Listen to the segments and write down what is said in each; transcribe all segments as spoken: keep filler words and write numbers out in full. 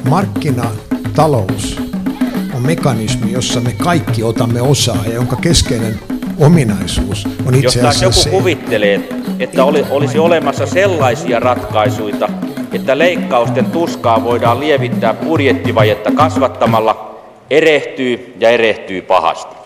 Markkinatalous on mekanismi, jossa me kaikki otamme osaa ja jonka keskeinen ominaisuus on itse asiassa Jos se. joku kuvittelee, että oli, olisi olemassa sellaisia ratkaisuja, että leikkausten tuskaa voidaan lievittää budjettivajetta kasvattamalla, erehtyy ja erehtyy pahasti.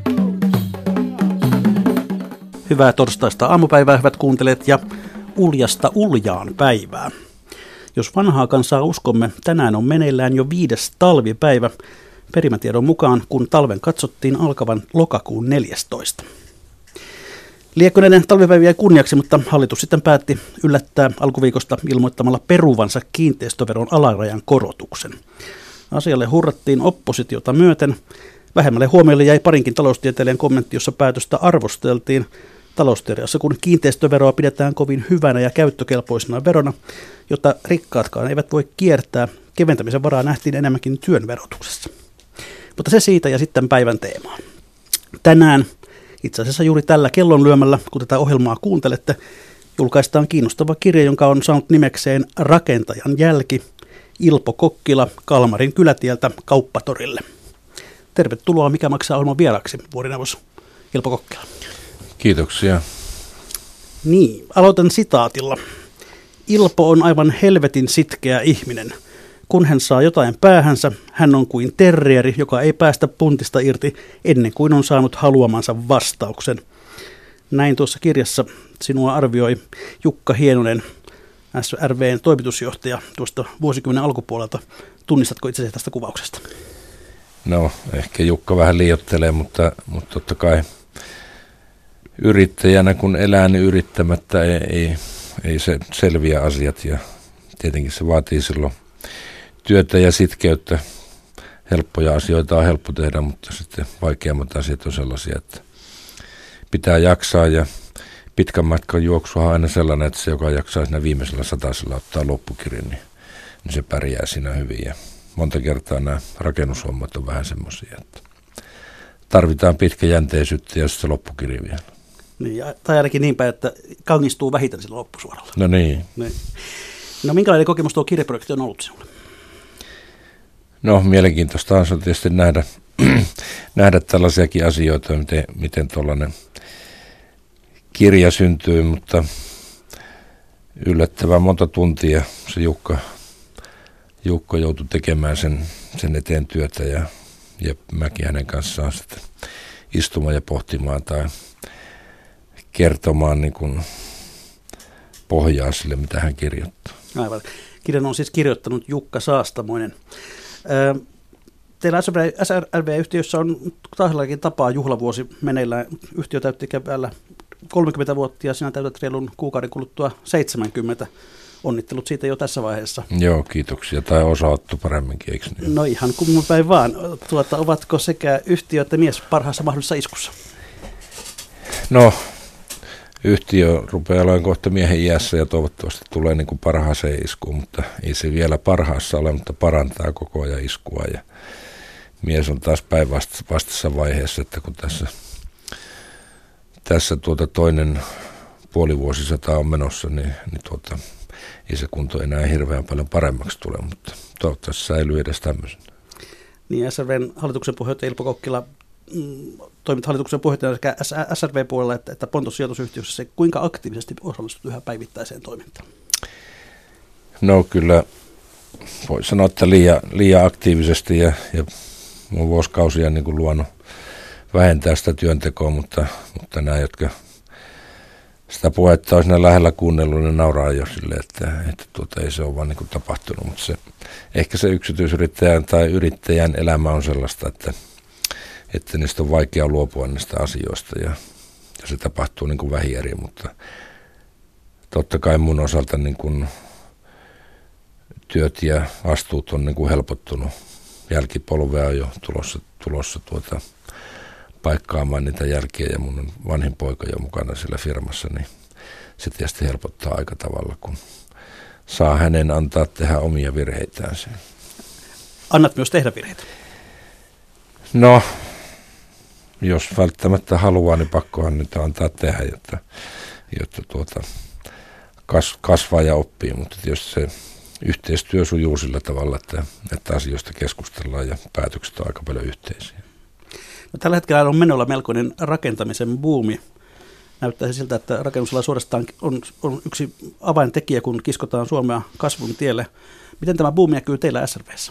Hyvää torstaista aamupäivää, hyvät kuuntelijat, ja uljasta uljaan päivää. Jos vanhaa kansaa uskomme, tänään on meneillään jo viides talvipäivä, perimätiedon mukaan, kun talven katsottiin alkavan lokakuun neljästoista. Liekkoneiden talvipäivien kunniaksi, mutta hallitus sitten päätti yllättää alkuviikosta ilmoittamalla peruvansa kiinteistöveron alarajan korotuksen. Asialle hurrattiin oppositiota myöten. Vähemmälle huomiolle jäi parinkin taloustieteilijän kommentti, jossa päätöstä arvosteltiin talousteoriassa, kun kiinteistöveroa pidetään kovin hyvänä ja käyttökelpoisena verona, jota rikkaatkaan eivät voi kiertää. Keventämisen varaa nähtiin enemmänkin työn verotuksessa. Mutta se siitä ja sitten päivän teemaa. Tänään, itse asiassa juuri tällä kellonlyömällä, kun tätä ohjelmaa kuuntelette, julkaistaan kiinnostava kirja, jonka on saanut nimekseen Rakentajan jälki, Ilpo Kokkila Kalmarin kylätieltä Kauppatorille. Tervetuloa Mikä maksaa -ohjelman vieraksi, vuorineuvos Ilpo Kokkila. Kiitoksia. Niin, aloitan sitaatilla. Ilpo on aivan helvetin sitkeä ihminen. Kun hän saa jotain päähänsä, hän on kuin terrieri, joka ei päästä puntista irti ennen kuin on saanut haluamansa vastauksen. Näin tuossa kirjassa sinua arvioi Jukka Hienonen, S R V:n toimitusjohtaja tuosta vuosikymmenen alkupuolelta. Tunnistatko itsesi tästä kuvauksesta? No, ehkä Jukka vähän liioittelee, mutta, mutta totta kai yrittäjänä kun elää, niin yrittämättä ei, ei, ei se selviä asiat, ja tietenkin se vaatii silloin työtä ja sitkeyttä. Helppoja asioita on helppo tehdä, mutta sitten vaikeammat asiat on sellaisia, että pitää jaksaa, ja pitkän matkan juoksuhan on aina sellainen, että se, joka jaksaa siinä viimeisellä satasella ottaa loppukirin, niin, niin se pärjää siinä hyvin. Ja monta kertaa nämä rakennushommat on vähän semmoisia, että tarvitaan pitkäjänteisyyttä ja sitten se loppukiri vielä. Niin, tai ainakin niin päin, että kangistuu vähiten sillä loppusuoralla. No niin. niin. No minkälainen kokemus tuo kirjaprojekti on ollut sinulle? No mielenkiintoista on tietysti nähdä, nähdä tällaisiakin asioita, miten, miten tuollainen kirja syntyy, mutta yllättävän monta tuntia se Jukka, Jukka joutui tekemään sen, sen eteen työtä, ja, ja mäkin hänen kanssaan sitten istumaan ja pohtimaan tai kertomaan niin kuin pohjaa sille, mitä hän kirjoittaa. Aivan. Kirjan on siis kirjoittanut Jukka Saastamoinen. Teillä S R V-yhtiössä on tahdellakin tapaa juhlavuosi meneillään. Yhtiö täytti keväällä kolmekymmentä vuotta ja sinä täytät reilun kuukauden kuluttua seitsemänkymmentä. Onnittelut siitä jo tässä vaiheessa. Joo, kiitoksia. Tai osaattu paremminkin, eikö niin? No ihan kumman päin vaan. Tuota, ovatko sekä yhtiö että mies parhaassa mahdollisessa iskussa? No, yhtiö rupeaa olemaan kohta miehen iässä ja toivottavasti tulee niin kuin parhaaseen iskuun, mutta ei se vielä parhaassa ole, mutta parantaa koko ajan iskua. Ja mies on taas päinvastaisessa vaiheessa, että kun tässä, tässä tuota toinen puolivuosisata on menossa, niin, niin tuota, ei se kunto enää hirveän paljon paremmaksi tule, mutta toivottavasti säilyy edes tämmöisen. Niin, S R V:n hallituksen puheenjohtaja Ilpo Kokkila, mm, toimit hallituksen puheenjohtajana sekä S R V-puolella että, että Pontos sijoitusyhtiössä. Se, kuinka aktiivisesti osallistut yhä päivittäiseen toimintaan? No kyllä, voi sanoa, että liian, liian aktiivisesti, ja, ja mun vuosikausia niin kuin luonut vähentää sitä työntekoa, mutta, mutta nämä, jotka sitä puhetta on siinä lähellä kuunnellut, niin nauraa jo sille, että, että tuota, ei se ole vaan niin kuin tapahtunut. Mutta se, ehkä se yksityisyrittäjän tai yrittäjän elämä on sellaista, että, että niistä on vaikea luopua niistä asioista, ja, ja se tapahtuu niin kuin vähieri, mutta totta kai mun osalta niin kuin työt ja vastuut on niin kuin helpottunut. Jälkipolvea on jo tulossa, tulossa tuota, paikkaamaan niitä jälkiä, ja mun vanhin poika jo mukana siellä firmassa, niin se tietysti helpottaa aika tavalla, kun saa hänen antaa tehdä omia virheitään. Annat myös tehdä virheitä? No, jos välttämättä haluaa, niin pakkohan niitä antaa tehdä, jotta, jotta tuota, kas, kasvaa ja oppii, mutta tietysti se yhteistyö sujuu sillä tavalla, että, että asioista keskustellaan ja päätökset on aika paljon yhteisiä. No, tällä hetkellä on menolla melkoinen rakentamisen buumi. Näyttäisi siltä, että rakennusala suorastaan on, on yksi avaintekijä, kun kiskotaan Suomea kasvun tielle. Miten tämä buumi näkyy teillä S R V:ssä?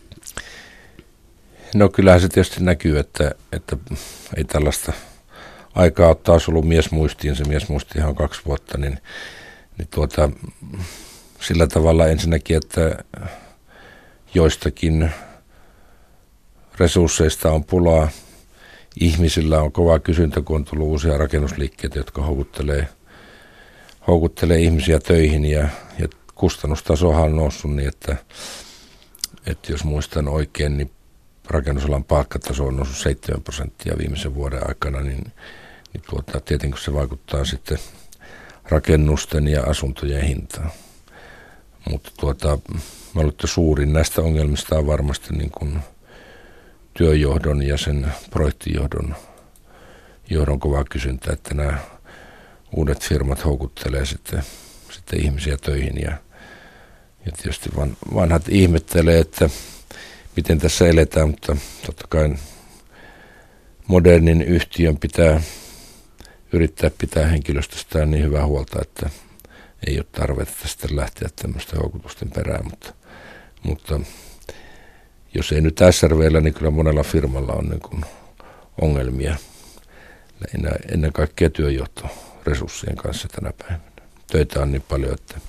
No kyllähän se tietysti näkyy, että, että ei tällaista aikaa ole taas ollut miesmuistiin. Se miesmuistihan on kaksi vuotta, niin, niin tuota, sillä tavalla ensinnäkin, että joistakin resursseista on pulaa. Ihmisillä on kova kysyntä, kun on tullut uusia rakennusliikkeitä, jotka houkuttelee, houkuttelee ihmisiä töihin ja, ja kustannustasohan on noussut niin, että, että jos muistan oikein, niin rakennusalan palkkataso on noussut seitsemän prosenttia viimeisen vuoden aikana, niin, niin tuota, tietenkin se vaikuttaa sitten rakennusten ja asuntojen hintaan. Mutta tuota, mä luulen, että suurin näistä ongelmista on varmasti niin kuin työjohdon ja sen projektijohdon johdon kovaa kysyntä, että nämä uudet firmat houkuttelee sitten, sitten ihmisiä töihin ja, ja tietysti van, vanhat ihmettelee, että miten tässä eletään, mutta totta kai modernin yhtiön pitää yrittää pitää henkilöstöstään niin hyvää huolta, että ei ole tarvetta sitten lähteä tämmöistä houkutusten perään, mutta, mutta jos ei nyt S R V:llä, niin kyllä monella firmalla on niin kuin ongelmia ennen kaikkea työjohtoresurssien kanssa tänä päivänä. Töitä on niin paljon, että,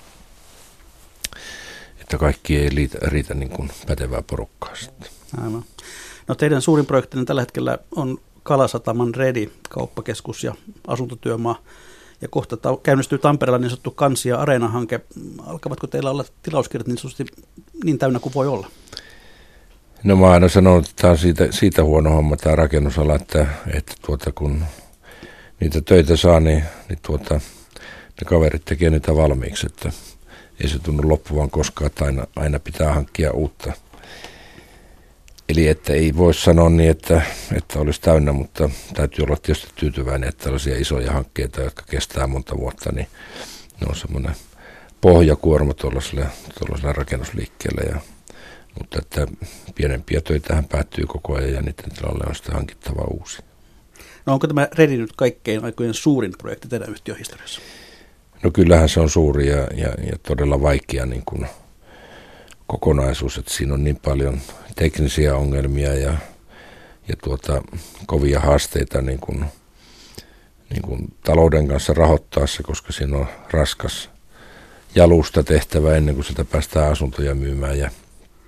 että kaikki ei riitä, riitä niin kuin pätevää porukkaa sitten. Aivan. No teidän suurin projekti tällä hetkellä on Kalasataman Redi, kauppakeskus ja asuntotyömaa. Ja kohta ta- käynnistyy Tampereella niin sanottu Kansi- ja Areena-hanke. Alkavatko teillä olla tilauskirjat niin, niin täynnä kuin voi olla? No mä aina sanonut, että tämä on siitä, siitä huono homma tämä rakennusala, että, että tuota, kun niitä töitä saa, niin, niin tuota, ne kaverit tekee niitä valmiiksi, että ei se tunnu loppuvan koskaan, että aina, aina pitää hankkia uutta. Eli että ei voi sanoa niin, että, että olisi täynnä, mutta täytyy olla tietysti tyytyväinen, että tällaisia isoja hankkeita, jotka kestää monta vuotta, niin ne on semmoinen pohjakuorma tuollaiselle, tuollaiselle rakennusliikkeelle. Ja, mutta että pienempiä töitähän päättyy koko ajan ja niiden tilalle on sitten hankittava uusi. No onko tämä Redi nyt kaikkein aikojen suurin projekti teidän yhtiöhistoriassa? No kyllähän se on suuri ja, ja, ja todella vaikea niin kuin kokonaisuus, että siinä on niin paljon teknisiä ongelmia ja, ja tuota, kovia haasteita niin kuin, niin kuin talouden kanssa rahoittaa se, koska siinä on raskas jalusta tehtävä ennen kuin sitä päästään asuntoja myymään ja,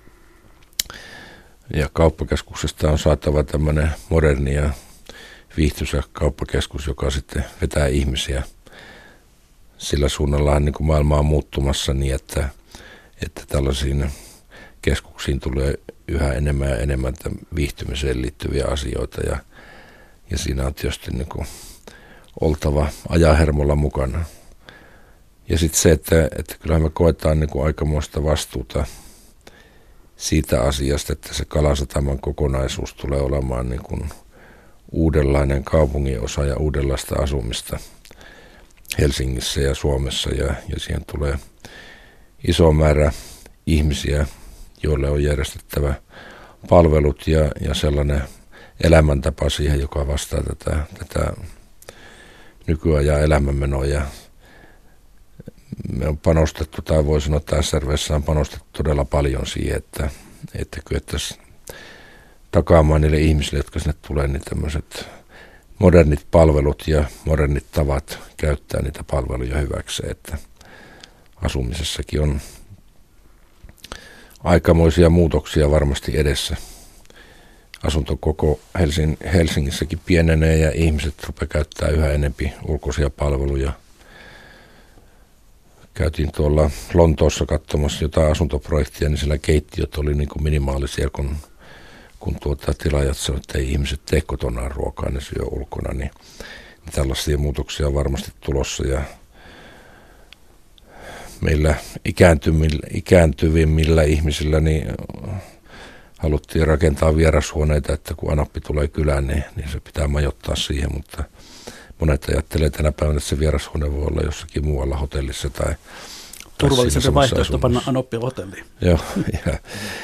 ja kauppakeskuksesta on saatava tämmöinen moderni ja viihtyisä kauppakeskus, joka sitten vetää ihmisiä. Sillä suunnallahan niin kuin maailma on muuttumassa niin, että, että tällaisiin keskuksiin tulee yhä enemmän ja enemmän viihtymiseen liittyviä asioita ja, ja siinä on tietysti niin kuin oltava ajahermolla mukana. Ja sitten se, että, että kyllähän me koetaan niin kuin aikamoista vastuuta siitä asiasta, että se Kalasataman kokonaisuus tulee olemaan niin kuin uudenlainen kaupungin osa ja uudenlaista asumista Helsingissä ja Suomessa ja, ja siihen tulee iso määrä ihmisiä, joille on järjestettävä palvelut ja, ja sellainen elämäntapa siihen, joka vastaa tätä, tätä nykyajan elämänmenoa. Ja me on panostettu, tai voi sanoa, että S R V:ssä on panostettu todella paljon siihen, että, että kyettäisiin takaamaan niille ihmisille, jotka sinne tulee, niin tämmöiset modernit palvelut ja modernit tavat käyttää niitä palveluja hyväkseen, että asumisessakin on aikamoisia muutoksia varmasti edessä. Asuntokoko Helsing- Helsingissäkin pienenee ja ihmiset rupeaa käyttää yhä enempi ulkoisia palveluja. Käytiin tuolla Lontoossa katsomassa jotain asuntoprojektia, niin siellä keittiöt oli niin kuin minimaalisia, kun, kun tuota tilaajat sanoivat, että ei ihmiset tee kotonaan ruokaa, ne syö ulkona. Niin tällaisia muutoksia on varmasti tulossa ja meillä ikääntyvimmillä ihmisillä niin haluttiin rakentaa vierashuoneita, että kun anoppi tulee kylään, niin, niin se pitää majoittaa siihen, mutta monet ajattelee tänä päivänä, että se vierashuone voi olla jossakin muualla hotellissa tai, turvallisempi vaihtoehto panna Anoppia hotelliin. Joo, ja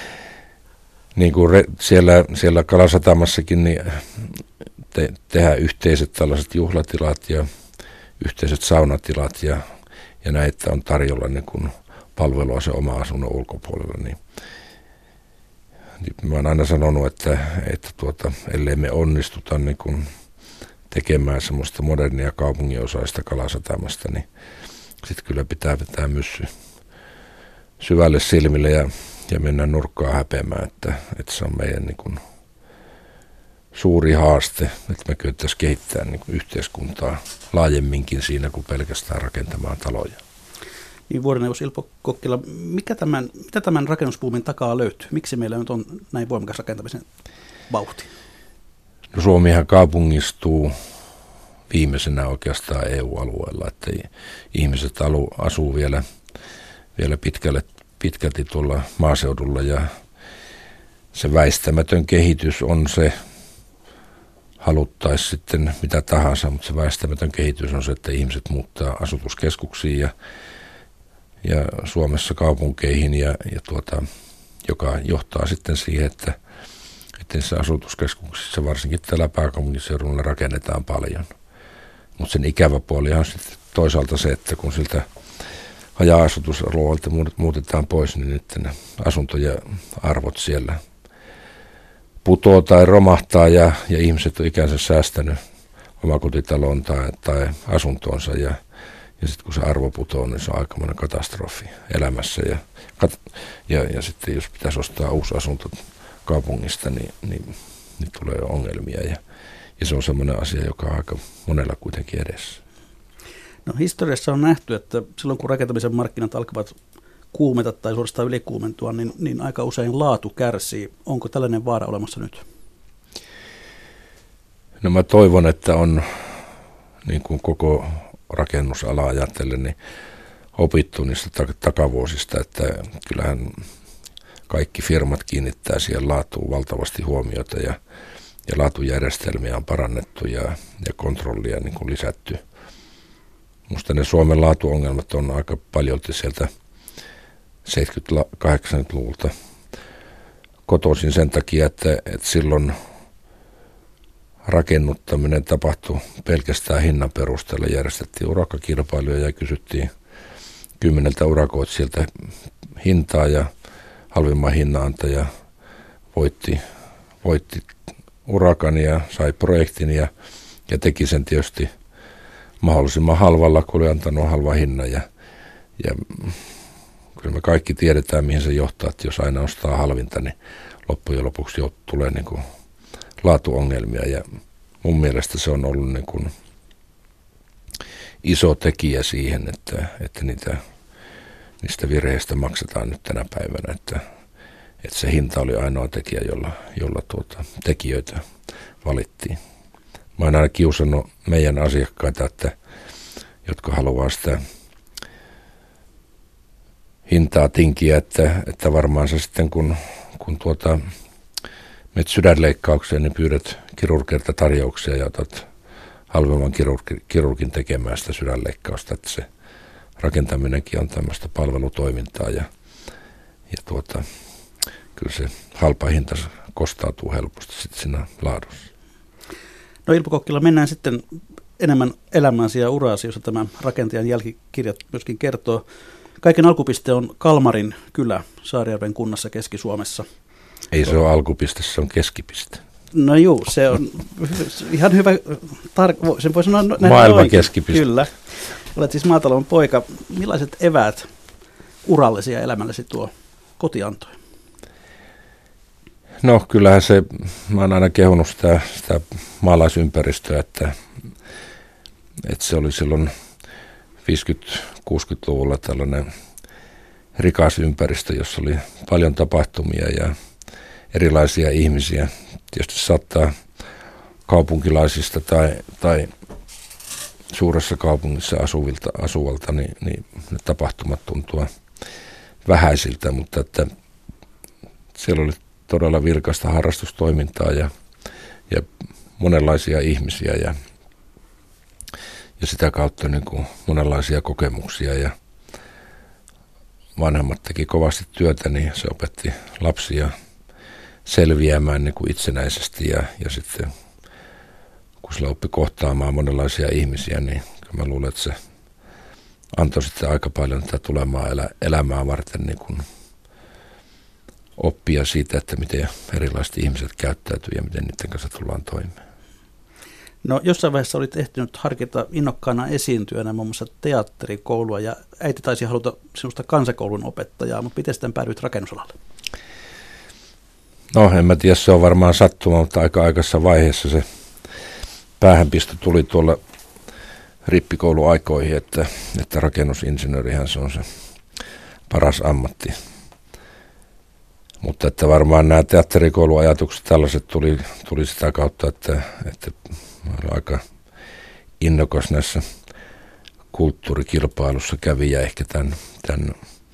niin kuin re, siellä, siellä Kalasatamassakin niin te, tehdään yhteiset tällaiset juhlatilat ja yhteiset saunatilat ja, ja näitä on tarjolla niin kuin palvelua se oma asunnon ulkopuolella. Niin, niin mä oon aina sanonut, että, että tuota, ellei me onnistuta niin kuin tekemään semmoista modernia kaupunginosaista Kalasatamasta, niin sitten kyllä pitää vetää myssy syvälle silmille ja, ja mennä nurkkaan häpeämään, että, että se on meidän niin kuin suuri haaste, että me kyettäisiin kehittämään niin kuin yhteiskuntaa laajemminkin siinä kuin pelkästään rakentamaan taloja. Niin vuorineuvos Ilpo Kokkila, mikä tämän, mitä tämän rakennusbuumin takaa löytyy? Miksi meillä nyt on näin voimakas rakentamisen vauhti? No Suomihan kaupungistuu viimeisenä oikeastaan E U-alueella, että ihmiset alu, asuu vielä, vielä pitkälle, pitkälti tuolla maaseudulla ja se väistämätön kehitys on se, haluttaisi sitten mitä tahansa, mutta se väistämätön kehitys on se, että ihmiset muuttaa asutuskeskuksiin ja, ja Suomessa kaupunkeihin, ja, ja tuota, joka johtaa sitten siihen, että, että niissä asutuskeskuksissa, varsinkin täällä pääkaupunkiseudulla, rakennetaan paljon. Mutta sen ikävä puoli on sitten toisaalta se, että kun siltä haja-asutusalueelta muutetaan pois, niin nyt ne asuntojen arvot siellä putoo tai romahtaa ja, ja ihmiset on ikänsä säästänyt omakotitaloon tai, tai asuntoonsa ja, ja sitten kun se arvo putoo, niin se on aikamoinen katastrofi elämässä ja, ja, ja sitten jos pitäisi ostaa uusi asunto kaupungista, niin, niin, niin tulee ongelmia ja, ja se on semmoinen asia, joka on aika monella kuitenkin edessä. No historiassa on nähty, että silloin kun rakentamisen markkinat alkavat kuumeta tai suorastaan ylikuumentua, niin, niin aika usein laatu kärsii. Onko tällainen vaara olemassa nyt? No mä toivon, että on niin kuin koko rakennusala ajatellen niin opittu niistä takavuosista, että kyllähän kaikki firmat kiinnittää siihen laatuun valtavasti huomiota ja, ja laatujärjestelmiä on parannettu ja, ja kontrollia niin kuin lisätty. Musta ne Suomen laatuongelmat on aika paljolti sieltä seitsemänkymmentä-kahdeksankymmentäluvulta kotoisin sen takia, että, että silloin rakennuttaminen tapahtui pelkästään hinnan perusteella. Järjestettiin urakkakilpailuja ja kysyttiin kymmeneltä urakoitsijalta hintaa ja halvimman hinnanantaja voitti, voitti urakan ja sai projektin ja, ja teki sen tietysti mahdollisimman halvalla, kun oli antanut halvan hinnan ja, ja kyllä me kaikki tiedetään, mihin se johtaa, että jos aina ostaa halvinta, niin loppujen lopuksi jo tulee niin kuin laatuongelmia ja mun mielestä se on ollut niin kuin iso tekijä siihen, että, että niitä, niistä virheistä maksetaan nyt tänä päivänä, että, että se hinta oli ainoa tekijä, jolla, jolla tuota, tekijöitä valittiin. Mä oon aina kiusannut meidän asiakkaita, että, jotka haluaa sitä hintaa tinkiä, että, että varmaan se sitten kun, kun tuota, menet sydänleikkaukseen, niin pyydät kirurgilta tarjouksia ja otat halvemman kirurgi, kirurgin tekemään sitä sydänleikkausta, että se rakentaminenkin on tämmöistä palvelutoimintaa ja, ja tuota, kyllä se halpa hinta kostautuu helposti sitten siinä laadussa. No Ilpo Kokkila, mennään sitten enemmän elämääsi ja uraasi, jossa tämä rakentajan jälkikirjat myöskin kertoo. Kaiken alkupiste on Kalmarin kylä Saarijärven kunnassa Keski-Suomessa. Ei se ole alkupiste, se on keskipiste. No juu, se on ihan hyvä, tar- sen voi sanoa näin. Maailman oikein. Keskipiste. Kyllä. Olet siis maatalon poika. Millaiset eväät urallesi ja elämällesi tuo koti antoi? No kyllähän se, mä oon aina kehunut sitä, sitä maalaisympäristöä, että, että se oli silloin viisikymmentä-kuusikymmentäluvulla tällainen rikas ympäristö, jossa oli paljon tapahtumia ja erilaisia ihmisiä. Tietysti saattaa kaupunkilaisista tai, tai suuressa kaupungissa asuvilta, asuvalta, niin, niin ne tapahtumat tuntua vähäisiltä, mutta että siellä oli todella vilkasta harrastustoimintaa ja, ja monenlaisia ihmisiä ja, ja sitä kautta niin kuin monenlaisia kokemuksia ja vanhemmat teki kovasti työtä, niin se opetti lapsia selviämään niin kuin itsenäisesti ja, ja sitten kun sillä oppi kohtaamaan monenlaisia ihmisiä, niin mä luulen, että se antoi sitten aika paljon tätä tulemaa elä, elämää varten niin kuin oppia siitä, että miten erilaiset ihmiset käyttäytyy ja miten niiden kanssa tullaan toimeen. No jossain vaiheessa olit ehtinyt harkita innokkaana esiintyjänä muun muassa teatterikoulua ja äiti taisi haluta sinusta kansakoulun opettajaa, mutta miten sitten päädyit rakennusalalle? No en mä tiedä, se on varmaan sattuma, mutta aika aikaisessa vaiheessa se päähänpisto tuli tuolla rippikouluaikoihin, että, että rakennusinsinöörihän se on se paras ammatti. Mutta että varmaan nämä teatterikouluajatukset tällaiset tuli, tuli sitä kautta, että, että mä olen aika innokas näissä kulttuurikilpailussa kävi ja ehkä tämän, tämän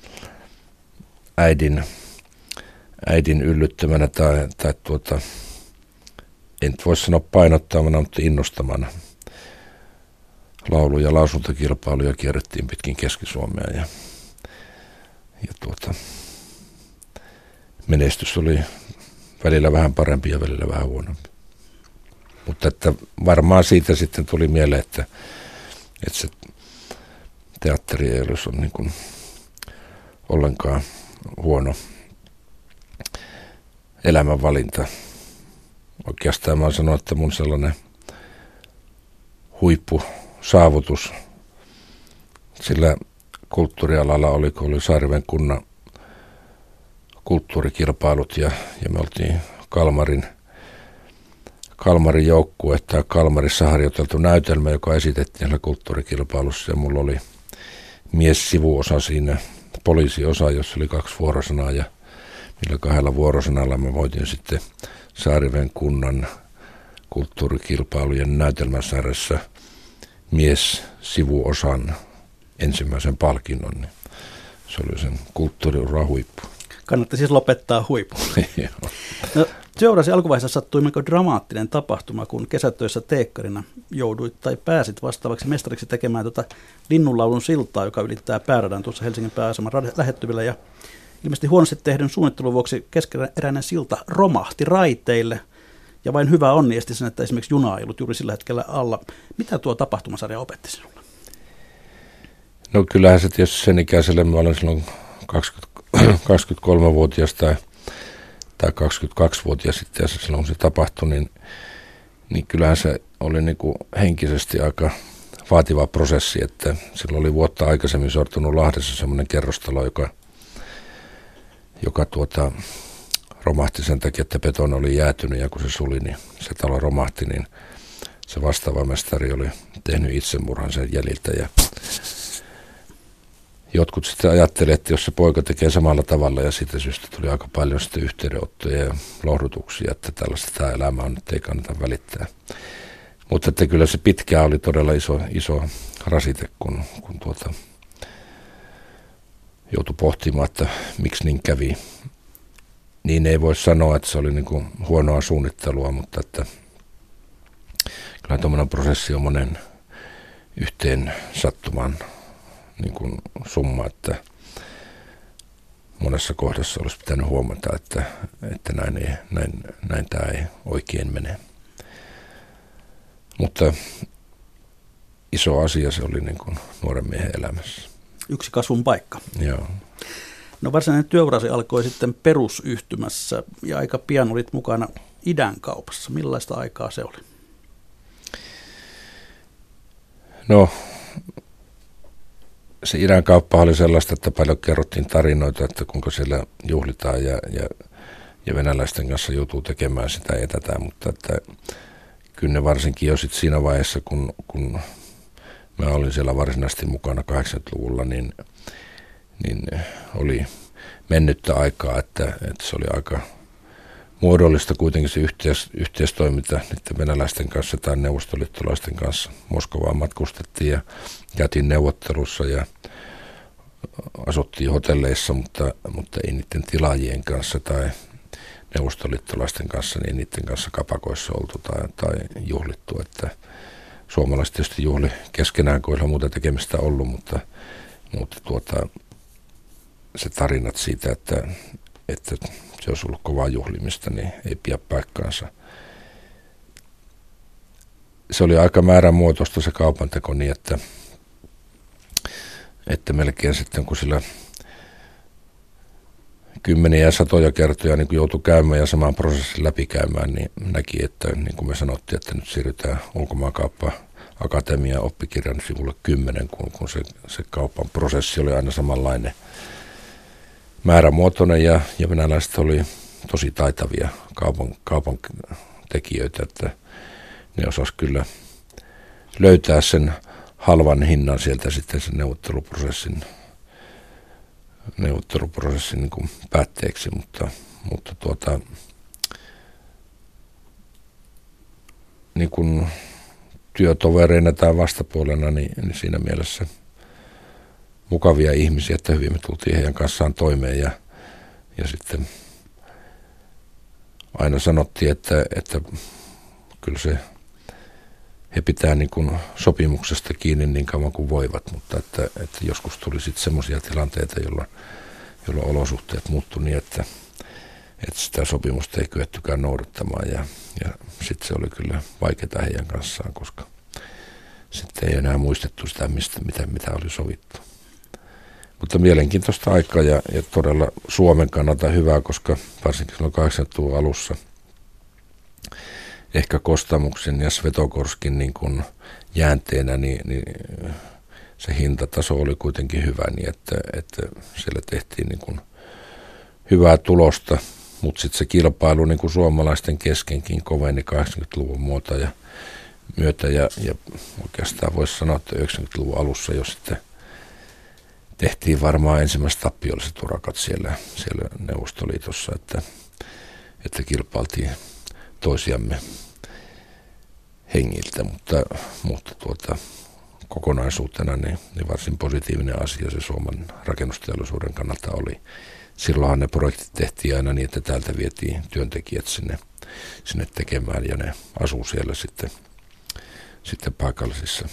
äidin, äidin yllyttämänä tai, tai tuota, en voi sanoa painottamana, mutta innostamana. Laulu- ja lausuntakilpailuja kierrettiin pitkin Keski-Suomea ja, ja tuota, menestys oli välillä vähän parempi ja välillä vähän huonompi. Mutta että varmaan siitä sitten tuli mieleen, että, että se teatteri ei olisi niin kuin ollenkaan huono elämänvalinta. Oikeastaan mä sanon, että mun sellainen huippusaavutus sillä kulttuurialalla oli, kun oli Saarijärven kunnan kulttuurikilpailut ja, ja me oltiin Kalmarin, Kalmarin joukkue, tai Kalmarissa harjoiteltu näytelmä, joka esitettiin siellä kulttuurikilpailussa ja mulla oli mies-sivuosa siinä, poliisiosa, jossa oli kaksi vuorosanaa ja millä kahdella vuorosanalla me voitiin sitten Saarijärven kunnan kulttuurikilpailujen näytelmäsarjassa mies-sivuosan ensimmäisen palkinnon, niin se oli sen kulttuuriuran huippu. Kannatti siis lopettaa huipu. No, seurasi alkuvaiheessa sattui melko dramaattinen tapahtuma, kun kesätöissä teekkarina jouduit tai pääsit vastaavaksi mestariksi tekemään tuota Linnunlaulun siltaa, joka ylittää pääradan tuossa Helsingin pääaseman lähettyvillä. Ja ilmeisesti huonosti tehdyn suunnittelun vuoksi keskeneräinen silta romahti raiteille. Ja vain hyvä onni esti sen, että esimerkiksi juna ei ollut juuri sillä hetkellä alla. Mitä tuo tapahtumasarja opetti sinulle? No kyllähän se tietysti sen ikäiselle, mä olen silloin kaksikymmentäkolmevuotias tai, tai kaksikymmentäkaksivuotias sitten, ja silloin kun se tapahtui, niin, niin kyllähän se oli niin kuin henkisesti aika vaativa prosessi, että silloin oli vuotta aikaisemmin sortunut Lahdessa semmoinen kerrostalo, joka, joka tuota, romahti sen takia, että betoni oli jäätynyt, ja kun se suli, niin se talo romahti, niin se vastaava mestari oli tehnyt itsemurhan sen jäljiltä, ja jotkut sitten ajattelivat, että jos se poika tekee samalla tavalla, ja siitä syystä tuli aika paljon sitten yhteydenottoja ja lohdutuksia, että tällaista tämä elämä on, että ei kannata välittää. Mutta että kyllä se pitkään oli todella iso, iso rasite, kun, kun tuota, joutui pohtimaan, että miksi niin kävi. Niin ei voi sanoa, että se oli niin kuin huonoa suunnittelua, mutta että kyllä tuommoinen prosessi on monen yhteen sattuman niin kuin summa, että monessa kohdassa olisi pitänyt huomata, että, että näin, ei, näin, näin tämä ei oikein mene. Mutta iso asia se oli niin kuin nuoren miehen elämässä. Yksi kasvun paikka. Joo. No varsinainen työurasi alkoi sitten perusyhtymässä ja aika pian olit mukana idänkaupassa. Millaista aikaa se oli? No se idänkauppa oli sellaista, että paljon kerrottiin tarinoita, että kuinka siellä juhlitaan ja, ja, ja venäläisten kanssa joutuu tekemään sitä ja tätä, mutta että kyllä ne varsinkin jo sit siinä vaiheessa, kun, kun mä olin siellä varsinaisesti mukana kahdeksankymmentäluvulla, niin, niin oli mennyttä aikaa, että, että se oli aika muodollista kuitenkin se yhteis, yhteistoiminta niiden venäläisten kanssa tai neuvostoliittolaisten kanssa. Moskovaan matkustettiin ja käytiin neuvottelussa ja asuttiin hotelleissa, mutta, mutta ei niiden tilaajien kanssa tai neuvostoliittolaisten kanssa, niin niiden kanssa kapakoissa oltu tai, tai juhlittu. Että suomalaiset tietysti juhli keskenään, kun ei ole muuta tekemistä ollut, mutta, mutta tuota, se tarinat siitä, että, että se olisi ollut kovaa juhlimista, niin ei pidä paikkaansa. Se oli aika määrämuotoista se kaupanteko niin, että, että melkein sitten kun sillä kymmeniä ja satoja kertoja niin kun joutui käymään ja saman prosessin läpikäymään, niin näki, että niin kuin me sanottiin, että nyt siirrytään ulkomaankauppa-akatemian oppikirjan sivulle kymmenen, kun, kun se, se kaupan prosessi oli aina samanlainen määrämuotoinen ja, ja venäläiset oli tosi taitavia kaupan, kaupan tekijöitä, että ne osasi kyllä löytää sen halvan hinnan sieltä sitten sen neuvotteluprosessin neuvotteluprosessin niin kuin päätteeksi, mutta, mutta tuota, niin kuin työtovereina tai vastapuolena, niin, niin siinä mielessä mukavia ihmisiä, että hyvin me tultiin heidän kanssaan toimeen ja, ja sitten aina sanottiin, että, että kyllä se he pitää niin kuin sopimuksesta kiinni niin kauan kuin voivat, mutta että, että joskus tuli sitten semmoisia tilanteita, jolloin, jolloin olosuhteet muuttui niin, että, että sitä sopimusta ei kyettykään noudattamaan ja, ja sitten se oli kyllä vaikeaa heidän kanssaan, koska sitten ei enää muistettu sitä, mistä, mitä, mitä oli sovittu. Mutta mielenkiintoista aikaa ja, ja todella Suomen kannalta hyvää, koska varsinkin silloin kahdeksankymmentäluvun alussa ehkä Kostamuksen ja Svetogorskin niin kuin jäänteenä, niin, niin se hintataso oli kuitenkin hyvä, niin että, että siellä tehtiin niin kuin hyvää tulosta, mutta sitten se kilpailu niin kuin suomalaisten keskenkin koveni kahdeksankymmentäluvun muuta ja myötä ja, ja oikeastaan voisi sanoa, että yhdeksänkymmentäluvun alussa jo sitten tehtiin varmaan ensimmäiset tappiolliset urakat siellä, siellä Neuvostoliitossa, että, että kilpailtiin toisiamme hengiltä, mutta, mutta tuota, kokonaisuutena niin, niin varsin positiivinen asia se Suomen rakennusteollisuuden kannalta oli. Silloinhan ne projektit tehtiin aina niin, että täältä vietiin työntekijät sinne, sinne tekemään ja ne asuu siellä sitten, sitten paikallisissa,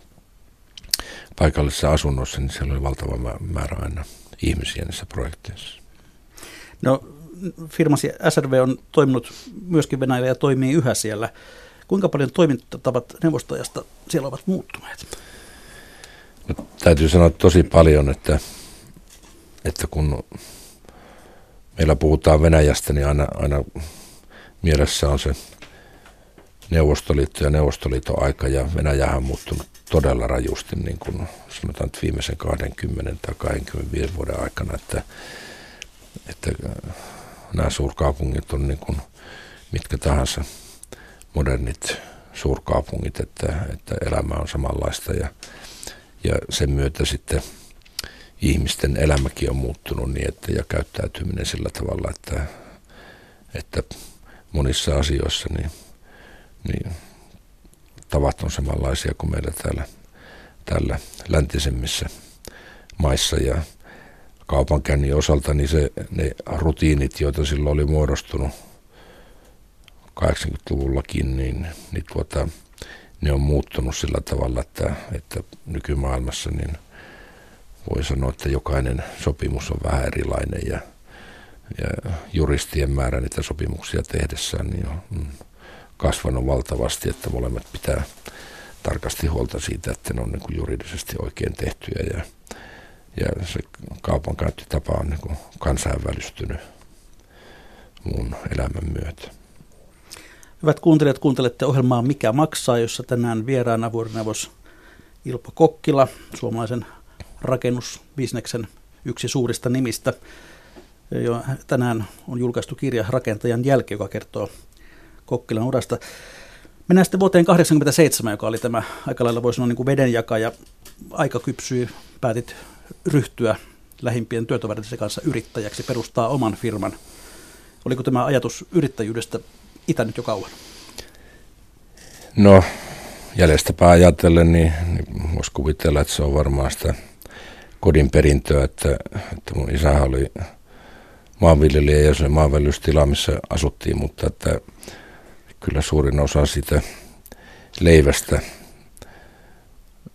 paikallisissa asunnoissa, niin siellä oli valtava määrä aina ihmisiä niissä projekteissa. No, firmasi S R V on toiminut myöskin Venäjällä ja toimii yhä siellä. Kuinka paljon toimintatavat neuvostojasta siellä ovat muuttuneet? No, täytyy sanoa tosi paljon, että, että kun meillä puhutaan Venäjästä, niin aina, aina mielessä on se Neuvostoliitto ja Neuvostoliiton aika, ja Venäjähän on muuttunut todella rajusti, niin kuin sanotaan, että viimeisen kaksikymmentä tai kaksikymmentäviisi vuoden aikana, että, että nämä suurkaupungit on niin kuin mitkä tahansa modernit suurkaupungit, että, että elämä on samanlaista ja, ja sen myötä sitten ihmisten elämäkin on muuttunut niin, että, ja käyttäytyminen sillä tavalla, että, että monissa asioissa niin, niin tavat on samanlaisia kuin meillä täällä, täällä läntisemmissä maissa ja kaupankäynnin osalta, niin se, ne rutiinit, joita silloin oli muodostunut kahdeksankymmentäluvullakin, niin, niin tuota, ne on muuttunut sillä tavalla, että, että nykymaailmassa niin voi sanoa, että jokainen sopimus on vähän erilainen ja, ja juristien määrä niitä sopimuksia tehdessään niin on kasvanut valtavasti, että molemmat pitää tarkasti huolta siitä, että ne on niin kuin juridisesti oikein tehtyjä ja, ja se kaupankäyntitapa on niin kuin kansainvälistynyt muun elämän myötä. Hyvät kuuntelijat, kuuntelette ohjelmaa Mikä maksaa, jossa tänään vieraana vuorineuvos Ilpo Kokkila, suomalaisen rakennusbisneksen yksi suurista nimistä. Jo tänään on julkaistu kirja Rakentajan jälki, joka kertoo Kokkilan urasta. Mennään sitten vuoteen kahdeksankymmentäseitsemän, joka oli tämä aika lailla voi sanoa niin kuin vedenjakaja. Aika kypsyi, päätit ryhtyä lähimpien työtovereiden kanssa yrittäjäksi, perustaa oman firman. Oliko tämä ajatus yrittäjyydestä itänyt jo kauan? No, jäljestäpä ajatellen, niin, niin voisi kuvitella, että se on varmaan sitä kodin perintöä, että, että mun isähän oli maanviljelijä ja se maanviljelystila, missä asuttiin, mutta että kyllä suurin osa siitä leivästä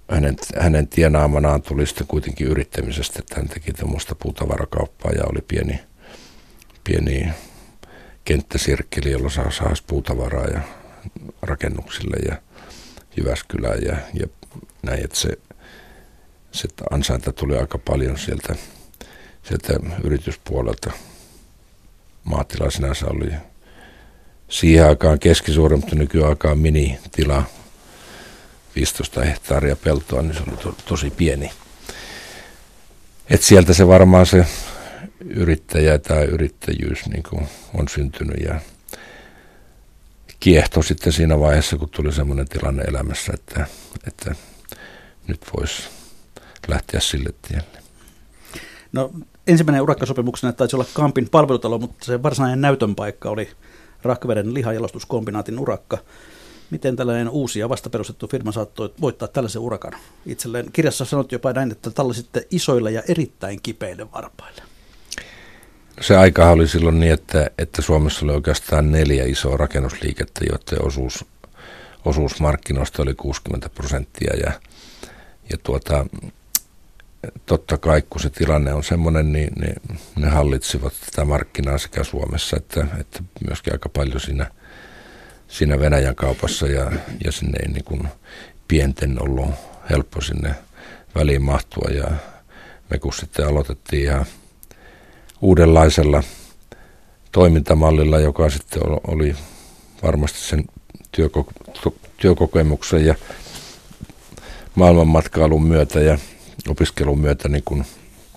hänen, hänen tienaamanaan tuli sitten kuitenkin yrittämisestä, että hän teki tämmöistä puutavarakauppaa ja oli pieni, pieni kenttäsirkkeli, jolla saa saada puutavaraa ja rakennuksille ja Jyväskylään ja, ja näin, että se, se ansainta tuli aika paljon sieltä, sieltä yrityspuolelta. Maatila sinänsä oli siihen aikaan keskisuuri, mutta nykyaikaan minitila, viisitoista hehtaaria peltoa, niin se oli to, tosi pieni. Et sieltä se varmaan se yrittäjä tai yrittäjyys niin kuin on syntynyt ja kiehto sitten siinä vaiheessa, kun tuli semmoinen tilanne elämässä, että, että nyt voisi lähteä sille tielle. No, ensimmäinen urakkasopimuksena taisi olla Kampin palvelutalo, mutta se varsinainen näytön paikka oli Rakveren lihajalostuskombinaatin urakka. Miten tällainen uusi ja vasta perustettu firma saattoi voittaa tällaisen urakan itselleen? Kirjassa sanot jopa näin, että tällaisitte isoille ja erittäin kipeille varpaille. Se aika oli silloin niin, että, että Suomessa oli oikeastaan neljä isoa rakennusliikettä, joiden osuus, osuus markkinoista oli kuusikymmentä prosenttia. Ja, ja tuota, totta kai, kun se tilanne on semmoinen, niin, niin ne hallitsivat tätä markkinaa sekä Suomessa että, että myöskin aika paljon siinä, siinä Venäjän kaupassa. Ja, ja sinne ei niin kuin pienten ollut helppo sinne väliin mahtua. Ja me kun sitten aloitettiin ihan uudenlaisella toimintamallilla, joka sitten oli varmasti sen työko- työkokemuksen ja maailmanmatkailun myötä ja opiskelun myötä niin kun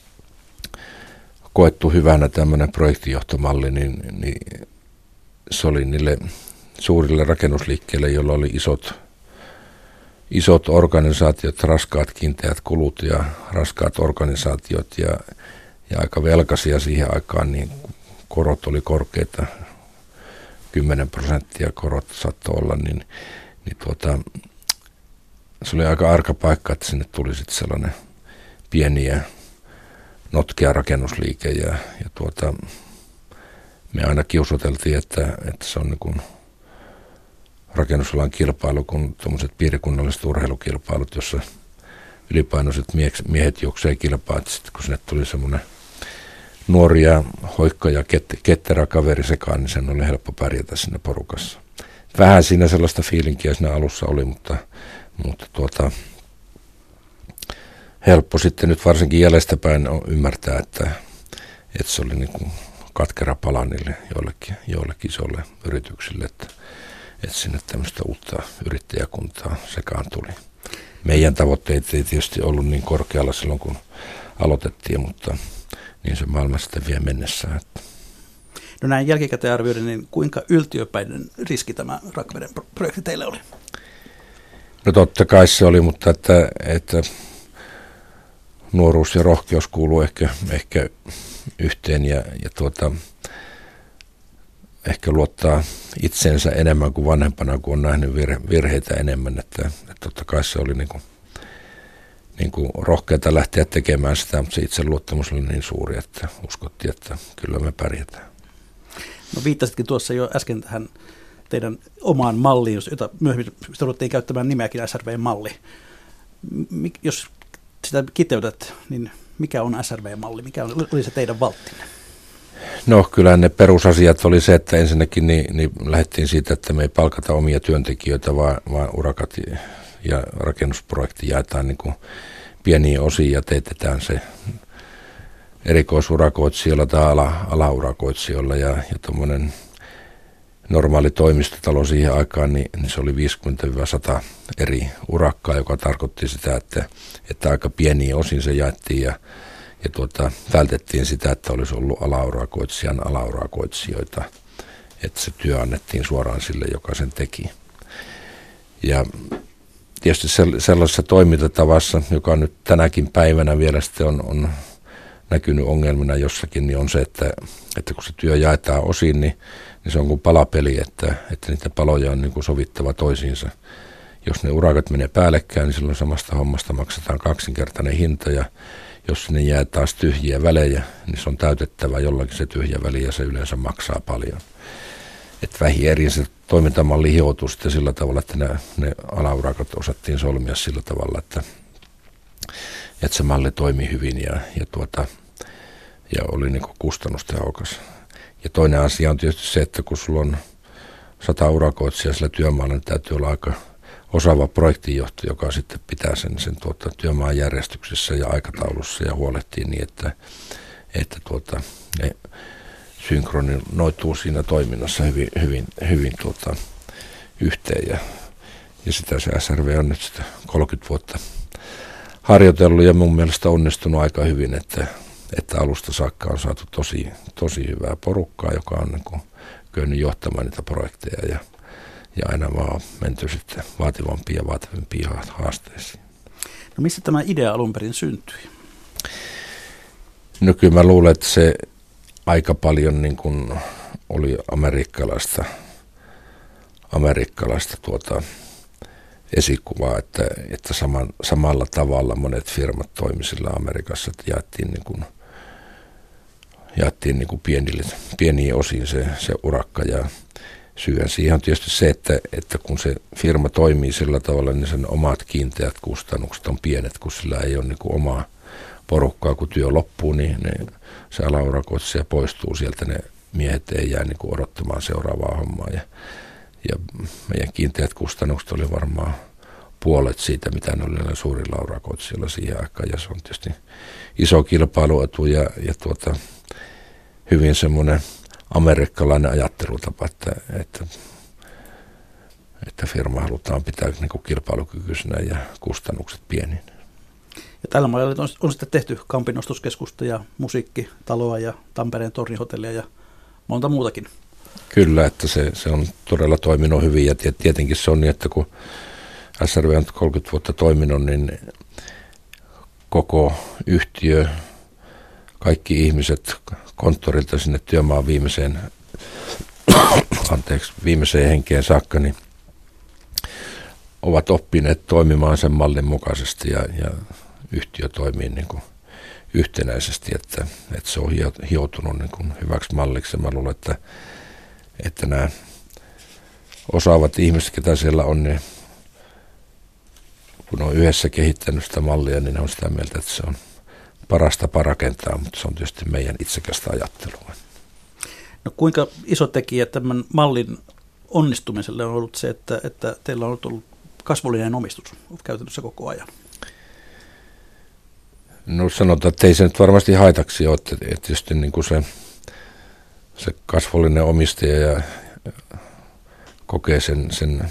koettu hyvänä tämmöinen projektijohtomalli, niin, niin se oli niille suurille rakennusliikkeille, joilla oli isot, isot organisaatiot, raskaat kiinteät kulut ja raskaat organisaatiot ja Ja aika velkaisia siihen aikaan, niin korot oli korkeita, kymmenen prosenttia korot saattoi olla, niin, niin tuota, se oli aika arka paikka, että sinne tuli sitten sellainen pieni ja notkea rakennusliike. Ja, ja tuota, me aina kiusoteltiin, että, että se on niin kuin rakennusalan kilpailu, kun tuommoiset piirikunnalliset urheilukilpailut, jossa ylipainoiset miehet juoksee kilpaa, että sitten kun sinne tuli semmoinen nuori ja hoikka ja ketterä kaveri sekaan, niin sen oli helppo pärjätä siinä porukassa. Vähän siinä sellaista fiilinkiä siinä alussa oli, mutta, mutta tuota, helppo sitten nyt varsinkin jäljestäpäin ymmärtää, että, että se oli niin kuin katkera pala niille joillekin, joillekin isoille yrityksille, että, että sinne tämmöistä uutta yrittäjäkuntaa sekaan tuli. Meidän tavoitteet ei tietysti ollut niin korkealla silloin, kun aloitettiin, mutta niin se maailma sitten vie mennessään. No näin jälkikäteen arvioiden, niin kuinka yltiöpäinen riski tämä Rakveren projekti teille oli? No totta kai se oli, mutta että, että nuoruus ja rohkeus kuuluu ehkä, ehkä yhteen ja, ja tuota, ehkä luottaa itsensä enemmän kuin vanhempana, kun on nähnyt virheitä enemmän. Että, että totta kai se oli niin kuin, niin kuin rohkeata lähteä tekemään sitä, mutta se itseluottamus oli niin suuri, että uskottiin, että kyllä me pärjätään. No viittasitkin tuossa jo äsken tähän teidän omaan malliin, jota myöhemmin ruvettiin käyttämään nimeäkin S R V-malli. Jos sitä kiteytät, niin mikä on S R V-malli? Mikä oli se teidän valttinne? No kyllä ne perusasiat oli se, että ensinnäkin niin, niin lähdettiin siitä, että me ei palkata omia työntekijöitä, vaan, vaan urakat ja rakennusprojekti jaetaan niin kuin pieniin osiin ja teetetään se erikoisurakoitsijoilla tai ala, alaurakoitsijoilla ja, ja tuommoinen normaali toimistotalo siihen aikaan, niin, niin se oli viisikymmentä sata eri urakkaa, joka tarkoitti sitä, että, että aika pieniin osiin se jaettiin ja Ja tuota, vältettiin sitä, että olisi ollut alaurakoitsijan alaurakoitsijoita, että se työ annettiin suoraan sille, joka sen teki. Ja tietysti sellaisessa toimintatavassa, joka nyt tänäkin päivänä vielä sitten on, on näkynyt ongelmina jossakin, niin on se, että, että kun se työ jaetaan osiin, niin, niin se on kuin palapeli, että, että niitä paloja on niin kuin sovittava toisiinsa. Jos ne urakat menee päällekkäin, niin silloin samasta hommasta maksetaan kaksinkertainen hinta ja jos sinne jää taas tyhjiä välejä, niin se on täytettävä jollakin se tyhjä väli ja se yleensä maksaa paljon. että vähierin se toimintamalli hioutui sitten sillä tavalla, että ne, ne alaurakat osattiin solmia sillä tavalla, että, että se malli toimi hyvin ja, ja, tuota, ja oli niin kuin kustannustehokas. Ja toinen asia on tietysti se, että kun sulla on sata urakoitsijaa sillä työmaalla, niin täytyy olla aika osaava projektinjohto, joka sitten pitää sen, sen tuota, työmaan järjestyksessä ja aikataulussa ja huolehtii niin, että, että tuota, ne synkronisoituu siinä toiminnassa hyvin, hyvin, hyvin tuota, yhteen. Ja, ja sitä se S R V on nyt sitä kolmekymmentä vuotta harjoitellut ja mun mielestä onnistunut aika hyvin, että, että alusta saakka on saatu tosi, tosi hyvää porukkaa, joka on niin kuin kyennyt johtamaan niitä projekteja ja, ja aina vaan menty sitten vaativampiin ja vaativampiin haasteisiin. No missä tämä idea alun perin syntyi? No kyllä mä luulen, että se aika paljon niin kuin oli amerikkalaista, amerikkalaista tuota esikuvaa, että, että saman, samalla tavalla monet firmat toimi sillä Amerikassa, että jaettiin, niin kuin, jaettiin niin kuin pienille, pieniin osiin se, se urakka ja syyn siihen on tietysti se, että, että kun se firma toimii sillä tavalla, niin sen omat kiinteät kustannukset on pienet, kun sillä ei ole niin kuin omaa porukkaa, kun työ loppuu, niin ne, se alaurakoitsija poistuu sieltä, ne miehet ei jää niin kuin odottamaan seuraavaa hommaa. Ja, ja meidän kiinteät kustannukset oli varmaan puolet siitä, mitä ne oli suurilla urakoitsijalla siihen aikaan. Ja se on tietysti iso kilpailuetu ja, ja tuota, hyvin semmoinen amerikkalainen ajattelutapa, että, että, että firma halutaan pitää niin kuin kilpailukykyisenä ja kustannukset pieninä. Ja tällä maalla on, on sitten tehty Kampinostoskeskusta ja musiikkitaloa ja Tampereen tornihotellia ja monta muutakin. Kyllä, että se, se on todella toiminut hyvin ja tietenkin se on niin, että kun S R V on kolmekymmentä vuotta toiminut, niin koko yhtiö, kaikki ihmiset konttorilta sinne työmaan viimeiseen, anteeksi, viimeiseen henkeen saakka, niin ovat oppineet toimimaan sen mallin mukaisesti ja, ja yhtiö toimii niin kuin yhtenäisesti, että, että se on hioutunut niin kuin hyväksi malliksi. Mä luulen, että, että nämä osaavat ihmiset, ketä siellä on, niin kun on yhdessä kehittänyt sitä mallia, niin ne on sitä mieltä, että se on paras tapa rakentaa, mutta se on tietysti meidän itsekästä ajattelua. No kuinka iso tekijä tämän mallin onnistumiselle on ollut se, että, että teillä on ollut kasvollinen omistus käytännössä koko ajan? No sanotaan, että ei se nyt varmasti haitaksi ole, että, että tietysti niin kuin se, se kasvollinen omistaja ja kokee sen, sen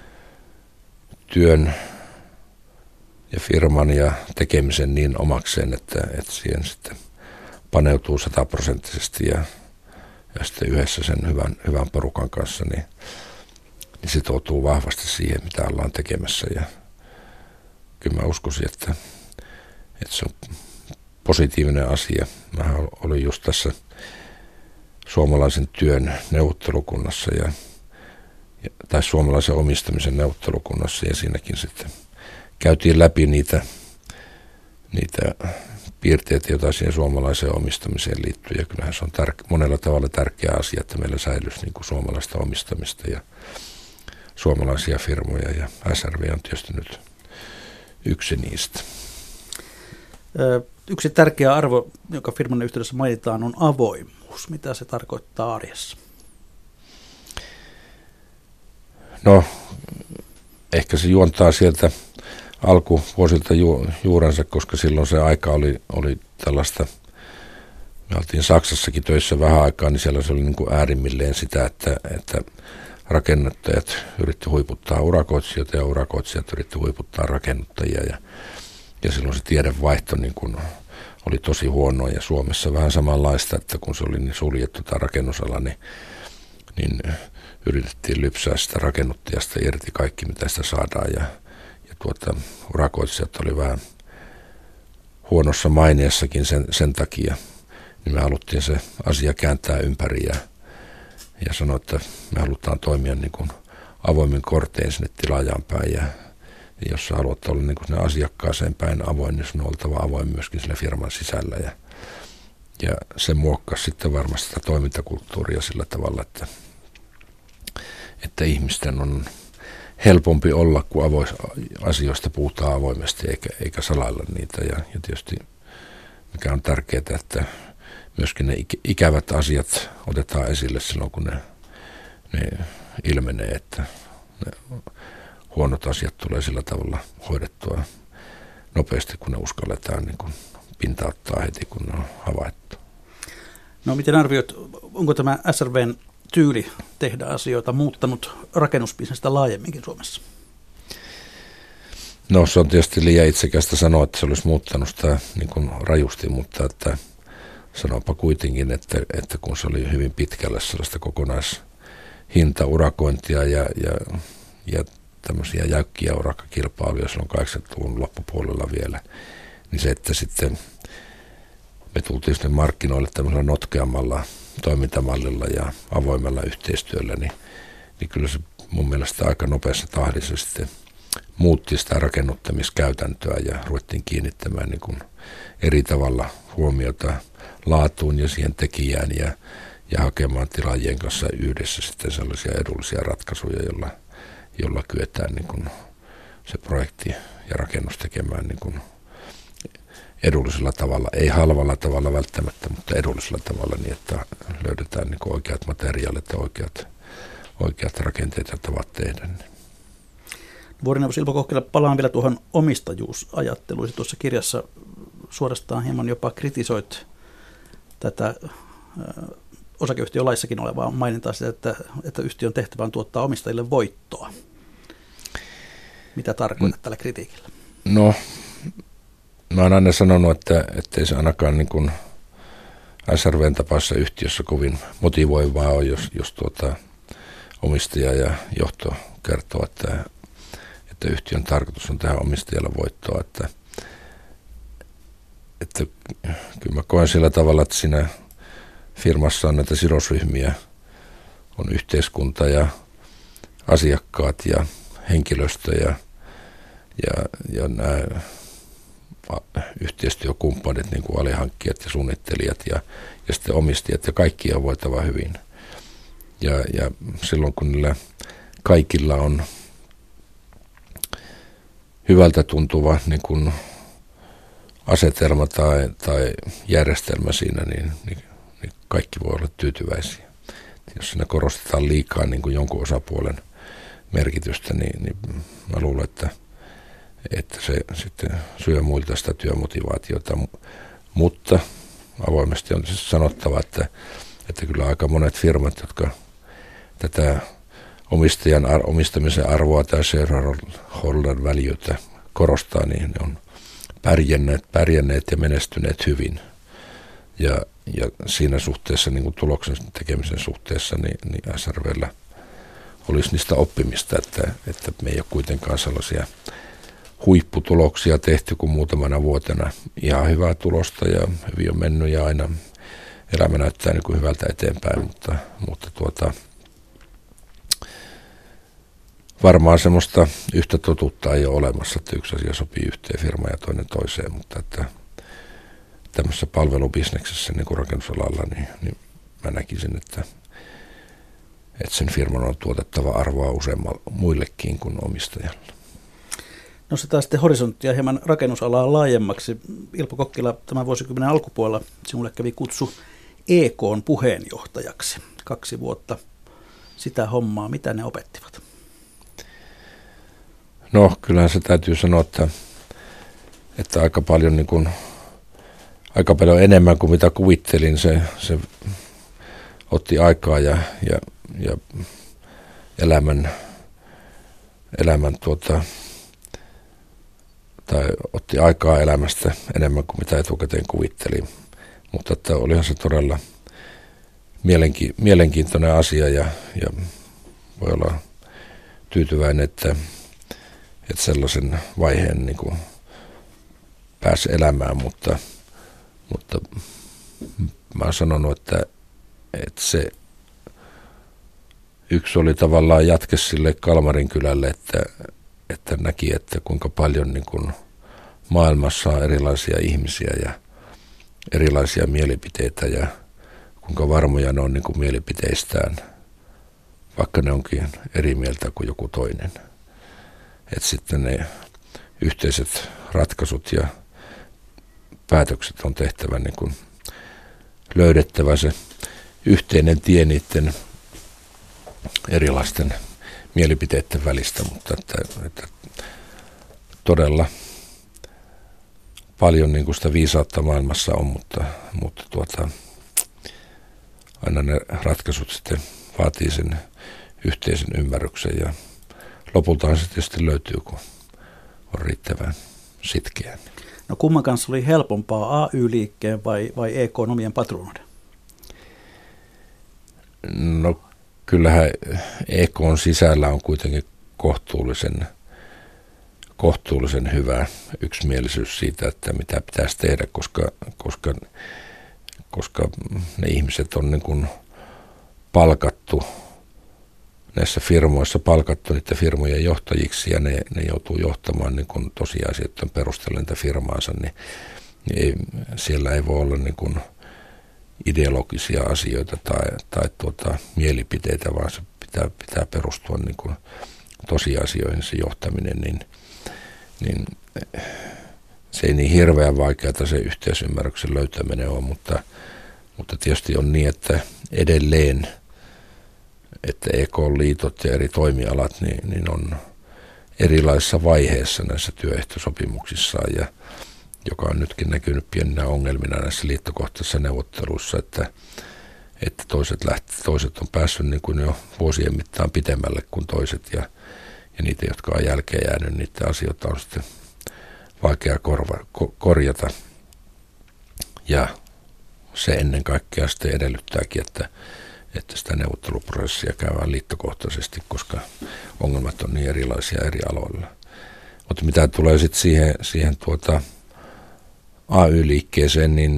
työn ja firman ja tekemisen niin omakseen, että, että siihen sitten paneutuu sataprosenttisesti ja, ja sitten yhdessä sen hyvän, hyvän porukan kanssa, niin, niin sitoutuu vahvasti siihen, mitä ollaan tekemässä. Ja kyllä mä uskoisin, että, että se on positiivinen asia. Mä olin just tässä suomalaisen työn neuvottelukunnassa ja, ja, tai suomalaisen omistamisen neuvottelukunnassa ja siinäkin sitten käytiin läpi niitä, niitä piirteitä, joita siihen suomalaiseen omistamiseen liittyy. Ja kyllähän se on tär- monella tavalla tärkeä asia, että meillä säilyisi niin kuin suomalaista omistamista ja suomalaisia firmoja. Ja S R V on tietysti nyt yksi niistä. Yksi tärkeä arvo, joka firman yhteydessä mainitaan, on avoimuus. Mitä se tarkoittaa arjessa? No, ehkä se juontaa sieltä alkuvuosilta ju, juurensa, koska silloin se aika oli, oli tällaista, me oltiin Saksassakin töissä vähän aikaa, niin siellä se oli niin kuin äärimmilleen sitä, että, että rakennuttajat yritti huiputtaa urakoitsijoita ja urakoitsijat yritti huiputtaa rakennuttajia ja, ja silloin se tiedevaihto niin kuin oli tosi huonoa ja Suomessa vähän samanlaista, että kun se oli niin suljettu tämä rakennusala, niin, niin yritettiin lypsää sitä rakennuttajasta irti kaikki, mitä sitä saadaan ja Tuota, urakoitsijat oli vähän huonossa maineessakin sen, sen takia, niin me haluttiin se asia kääntää ympäri ja, ja sanoa, että me halutaan toimia niin kuin avoimin kortein sinne tilaajaan päin ja, ja jos sä haluat olla niin kuin sinne asiakkaaseen päin avoin, niin sun on oltava avoin myöskin sille firman sisällä ja, ja se muokkasi sitten varmasti sitä toimintakulttuuria sillä tavalla, että, että ihmisten on helpompi olla, kun avois, asioista puhutaan avoimesti eikä, eikä salailla niitä. Ja, ja tietysti mikä on tärkeää, että myöskin ne ikävät asiat otetaan esille silloin, kun ne, ne ilmenee, että ne huonot asiat tulee sillä tavalla hoidettua nopeasti, kun ne uskalletaan niin kun pintauttaa heti, kun ne on havaittu. No miten arvioit, onko tämä S R V:n tyyli tehdä asioita muuttanut rakennusbisnestä laajemminkin Suomessa? No se on tietysti liian itsekästä sanoa, että se olisi muuttanut sitä niin kuin rajusti, mutta että sanonpa kuitenkin, että, että kun se oli hyvin pitkällä sellaista kokonaishintaurakointia ja, ja, ja tämmöisiä jäykkiä urakkakilpailuja silloin kahdeksankymmentäluvun loppupuolella vielä, niin se, että sitten me tultiin sitten markkinoille tämmöisellä notkeammalla toimintamallilla ja avoimella yhteistyöllä, niin, niin kyllä se mun mielestä aika nopeassa tahdissa sitten muutti sitä rakennuttamiskäytäntöä ja ruvettiin kiinnittämään niin kuin eri tavalla huomiota laatuun ja siihen tekijään ja, ja hakemaan tilaajien kanssa yhdessä sitten sellaisia edullisia ratkaisuja, joilla, jolla kyetään niin kuin se projekti ja rakennus tekemään niin kuin edullisella tavalla, ei halvalla tavalla välttämättä, mutta edullisella tavalla niin, että löydetään niin kuin oikeat materiaalit ja oikeat, oikeat rakenteet ja tavat tehdä. Vuorineuvos Ilpo Kohkela, palaan vielä tuohon omistajuusajatteluun. Tuossa kirjassa suorastaan hieman jopa kritisoit tätä osakeyhtiölaissakin olevaa mainintaa sitä, että, että yhtiön tehtävä on tuottaa omistajille voittoa. Mitä tarkoitat tällä kritiikillä? No, mä oon aina sanonut, että ettei se ainakaan niin kuin S R V:n tapaisessa yhtiössä kovin motivoivaa on, jos, jos tuota omistaja ja johto kertoo, että, että yhtiön tarkoitus on tehdä omistajalle voittoa. Että, että kyllä mä koen sillä tavalla, että siinä firmassa on näitä sidosryhmiä, on yhteiskunta ja asiakkaat ja henkilöstö ja, ja, ja nämä yhteistyökumppanit, niin kuin alihankkijat ja suunnittelijat ja, ja sitten omistajat ja kaikki on voitava hyvin. Ja, ja silloin kun niillä kaikilla on hyvältä tuntuva niin kuin asetelma tai, tai järjestelmä siinä, niin, niin, niin kaikki voi olla tyytyväisiä. Jos siinä korostetaan liikaa niin kuin jonkun osapuolen merkitystä, niin, niin mä luulen, että että se sitten syö muilta sitä työmotivaatiota, mutta avoimesti on siis sanottava, että, että kyllä aika monet firmat, jotka tätä omistajan omistamisen arvoa tai shareholder valueta korostaa, niin ne on pärjänneet, pärjänneet ja menestyneet hyvin. Ja, ja siinä suhteessa, niin kuin tuloksen tekemisen suhteessa, niin, niin S R V:llä olisi niistä oppimista, että, että me ei ole kuitenkaan sellaisia huipputuloksia tehty kuin muutamana vuotena. Ihan hyvää tulosta ja hyvin on mennyt ja aina elämä näyttää niin kuin hyvältä eteenpäin, mutta, mutta tuota, varmaan semmoista yhtä totuutta ei ole olemassa, että yksi asia sopii yhteen firmaan ja toinen toiseen, mutta että tämmöisessä palvelubisneksessä niin kuin rakennusalalla, niin, niin mä näkisin, että, että sen firman on tuotettava arvoa useammalle muillekin kuin omistajalle. Nostetaan sitten horisonttia hieman rakennusalaa laajemmaksi. Ilpo Kokkila, tämän vuosikymmenen alkupuolella sinulle kävi kutsu E K:n puheenjohtajaksi. Kaksi vuotta sitä hommaa. Mitä ne opettivat? No kyllähän se täytyy sanoa, että, että aika paljon niin kuin, aika paljon enemmän kuin mitä kuvittelin. Se, se otti aikaa ja, ja, ja elämän, elämän tuota, tai otti aikaa elämästä enemmän kuin mitä etukäteen kuvittelin. Mutta että olihan se todella mielenki- mielenkiintoinen asia ja, ja voi olla tyytyväinen, että, että sellaisen vaiheen niin kuin pääsi elämään, mutta, mutta mä oon sanonut, että, että se yksi oli tavallaan jatke sille Kalmarin kylälle, että että näki, että kuinka paljon niin kuin maailmassa on erilaisia ihmisiä ja erilaisia mielipiteitä ja kuinka varmoja ne on niin kuin mielipiteistään vaikka ne onkin eri mieltä kuin joku toinen. Että sitten ne yhteiset ratkaisut ja päätökset on tehtävä niin kuin löydettävä se yhteinen tie niiden erilaisten mielipiteiden välistä, mutta että, että todella paljon niin kuin sitä viisautta maailmassa on, mutta, mutta tuota, aina ne ratkaisut sitten vaatii sen yhteisen ymmärryksen ja lopultahan se tietysti löytyy, kun on riittävän sitkeä. No kumman kanssa oli helpompaa, A Y-liikkeen vai, vai E K:n omien patruunoiden? No kyllähän E K:n sisällä on kuitenkin kohtuullisen, kohtuullisen hyvä yksimielisyys siitä, että mitä pitäisi tehdä, koska, koska, koska ne ihmiset on niin kuin palkattu näissä firmoissa, palkattu niiden firmojen johtajiksi ja ne, ne joutuu johtamaan niin kuin tosiasioiden perusteella niitä firmaansa, niin, niin ei, siellä ei voi olla niin kuin ideologisia asioita tai, tai tuota, mielipiteitä, vaan se pitää, pitää perustua niin kuin tosiasioihin se johtaminen, niin, niin se ei niin hirveän vaikeaa se yhteisymmärryksen löytäminen on, mutta, mutta tietysti on niin, että edelleen, että E K-liitot ja eri toimialat niin, niin on erilaisissa vaiheissa näissä työehtosopimuksissaan ja joka on nytkin näkynyt pieninä ongelmina näissä liittokohtaisissa neuvotteluissa, että, että toiset, lähti, toiset on päässyt niin kuin jo vuosien mittaan pitemmälle kuin toiset ja, ja niitä, jotka on jälkeen jäänyt, niiden asioita on sitten vaikea korva, ko, korjata. Ja se ennen kaikkea sitten edellyttääkin, että, että sitä neuvotteluprosessia käydään liittokohtaisesti, koska ongelmat on niin erilaisia eri aloilla. Mutta mitä tulee sitten siihen, siihen tuota A Y-liikkeeseen, niin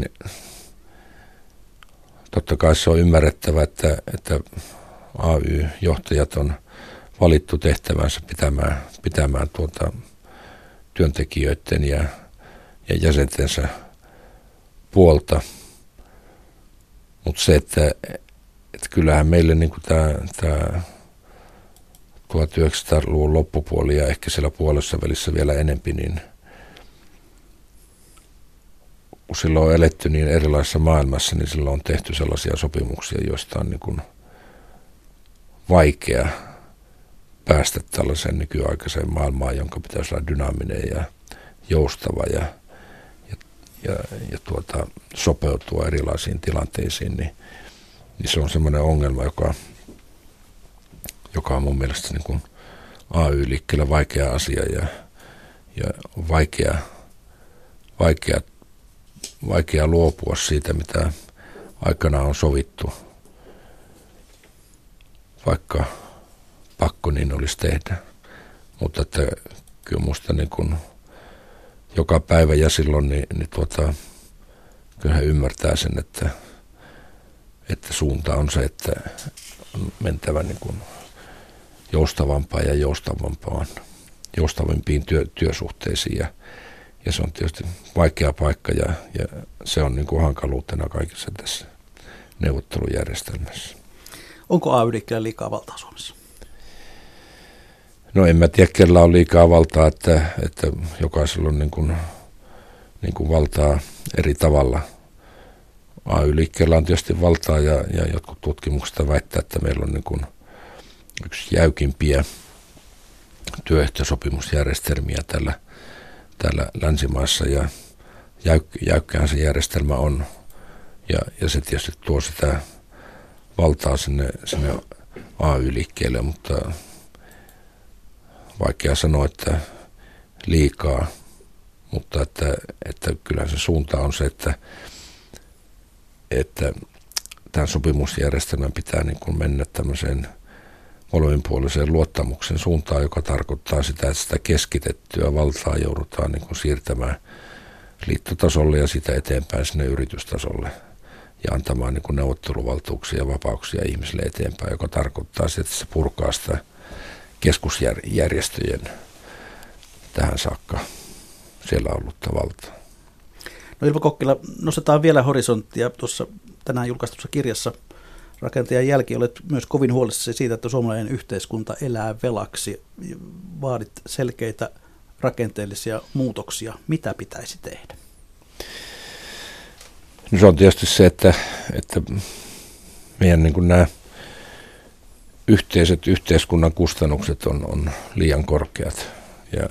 totta kai se on ymmärrettävä, että, että A Y-johtajat on valittu tehtävänsä pitämään, pitämään tuota työntekijöiden ja, ja jäsentensä puolta. Mutta se, että, että kyllähän meille niin tämä tuhatyhdeksänsataaluvun loppupuoli ja ehkä siellä puolessa välissä vielä enempi, niin kun silloin on eletty niin erilaisessa maailmassa, niin silloin on tehty sellaisia sopimuksia, joista on niin kuin vaikea päästä tällaiseen nykyaikaiseen maailmaan, jonka pitäisi olla dynaaminen ja joustava ja, ja, ja, ja tuota, sopeutua erilaisiin tilanteisiin, niin, niin se on semmoinen ongelma, joka, joka on mun mielestä niin kuin A Y-liikkeellä vaikea asia ja, ja vaikea, vaikea Vaikea luopua siitä, mitä aikanaan on sovittu, vaikka pakko niin olisi tehdä. Mutta että kyllä musta niin kuin joka päivä ja silloin, niin, niin tuota, kyllä hän ymmärtää sen, että, että suunta on se, että on mentävä niin kuin joustavampaan ja joustavampaan, joustavimpiin työ, työsuhteisiin ja Ja se on tietysti vaikea paikka ja, ja se on niin kuin hankaluutena kaikessa tässä neuvottelujärjestelmässä. Onko A Y-liikkeellä liikaa valtaa Suomessa? No en mä tiedä, kellä on liikaa valtaa, että, että jokaisella on niin kuin, niin kuin valtaa eri tavalla. A Y-liikkeellä on tietysti valtaa ja, ja jotkut tutkimuksista väittää, että meillä on niin kuin yksi jäykimpiä työehtosopimusjärjestelmiä tällä täällä länsimaissa ja jäyk, jäykkähän se järjestelmä on ja, ja se tietysti tuo sitä valtaa sinne, sinne A Y-liikkeelle, mutta vaikea sanoa, että liikaa, mutta että, että kyllähän se suunta on se, että, että tämän sopimusjärjestelmän pitää niin kuin mennä tämmöiseen molemminpuoliseen luottamuksen suuntaan, joka tarkoittaa sitä, että sitä keskitettyä valtaa joudutaan niin kuin siirtämään liittotasolle ja sitä eteenpäin sinne yritystasolle ja antamaan niin kuin neuvotteluvaltuuksia ja vapauksia ihmisille eteenpäin, joka tarkoittaa sitä, että se purkaa sitä keskusjärjestöjen tähän saakka siellä ollutta valtaa. No Ilpo Kokkila, nostetaan vielä horisonttia tuossa tänään julkaistussa kirjassa rakentajan jälki olet myös kovin huolissasi siitä, että suomalainen yhteiskunta elää velaksi. Vaadit selkeitä rakenteellisia muutoksia. Mitä pitäisi tehdä? No se on tietysti se, että, että meidän niin kuin nämä yhteiset yhteiskunnan kustannukset on, on liian korkeat. Ja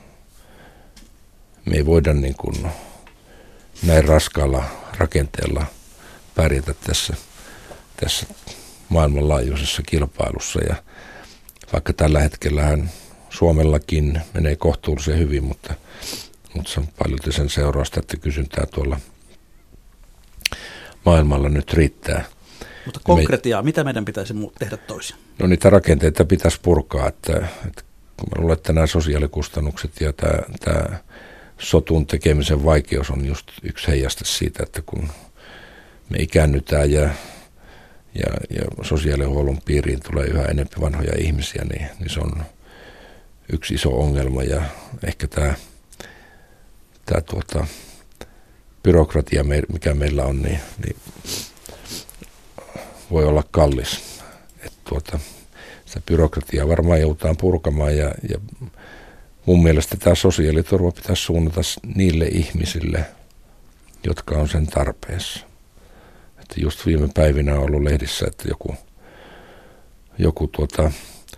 me ei voida niin kuin näin raskaalla rakenteella pärjätä tässä, tässä maailmanlaajuisessa kilpailussa. Ja vaikka tällä hetkellähän Suomellakin menee kohtuullisen hyvin, mutta, mutta se on paljon sen seurausta, että kysyntää tuolla maailmalla nyt riittää. Mutta konkretiaa, me, mitä meidän pitäisi tehdä toisin? No niitä rakenteita pitäisi purkaa, että, että kun mä luulen, että nämä sosiaalikustannukset ja tämä, tämä sotun tekemisen vaikeus on just yksi heijaste siitä, että kun me ikäännytään ja, ja, ja sosiaalihuollon piiriin tulee yhä enemmän vanhoja ihmisiä, niin, niin se on yksi iso ongelma ja ehkä tämä, tämä tuota, byrokratia, mikä meillä on, niin, niin voi olla kallis. Et tuota, sitä byrokratiaa varmaan joudutaan purkamaan ja, ja mun mielestä tämä sosiaaliturva pitäisi suunnata niille ihmisille, jotka on sen tarpeessa. Että just viime päivinä on ollut lehdissä, että joku, joku tuota,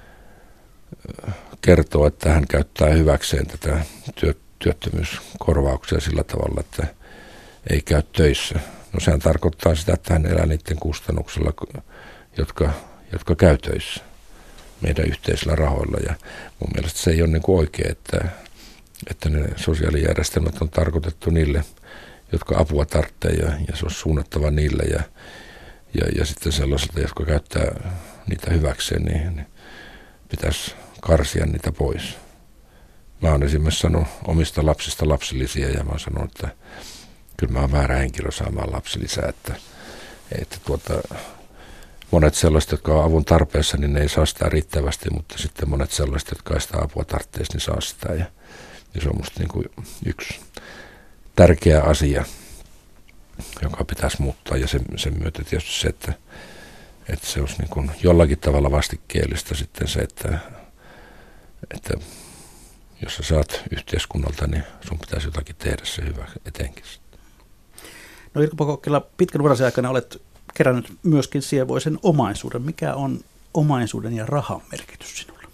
kertoo, että hän käyttää hyväkseen tätä työ, työttömyyskorvauksia sillä tavalla, että ei käy töissä. No sehän tarkoittaa sitä, että hän elää niiden kustannuksella, jotka, jotka käy töissä meidän yhteisillä rahoilla. Ja mun mielestä se ei ole niin kuin oikein, että, että ne sosiaalijärjestelmät on tarkoitettu niille, jotka apua tarvitsee ja, ja se on suunnattava niille. Ja, ja, ja sitten sellaisilta, jotka käyttää niitä hyväkseen, niin, niin pitäisi karsia niitä pois. Mä oon esimerkiksi sanonut omista lapsista lapsilisiä ja mä oon sanonut, että kyllä mä oon väärä henkilö saamaan lapsilisää, että, että tuota, monet sellaiset, jotka on avun tarpeessa, niin ne ei saa sitä riittävästi, mutta sitten monet sellaiset, jotka ei sitä apua tarvitseisi, niin saa sitä. Ja, ja se on musta niin kuin yksi tärkeä asia, joka pitäisi muuttaa ja sen, sen myötä tietysti se, että, että se olisi niin kuin jollakin tavalla vastikkeellista sitten se, että, että jos sä saat yhteiskunnalta, niin sun pitäisi jotakin tehdä se hyvä etenkin. No Ilkka Kokkila, pitkän urasi aikana olet kerännyt myöskin sievoisen omaisuuden. Mikä on omaisuuden ja rahan merkitys sinulle?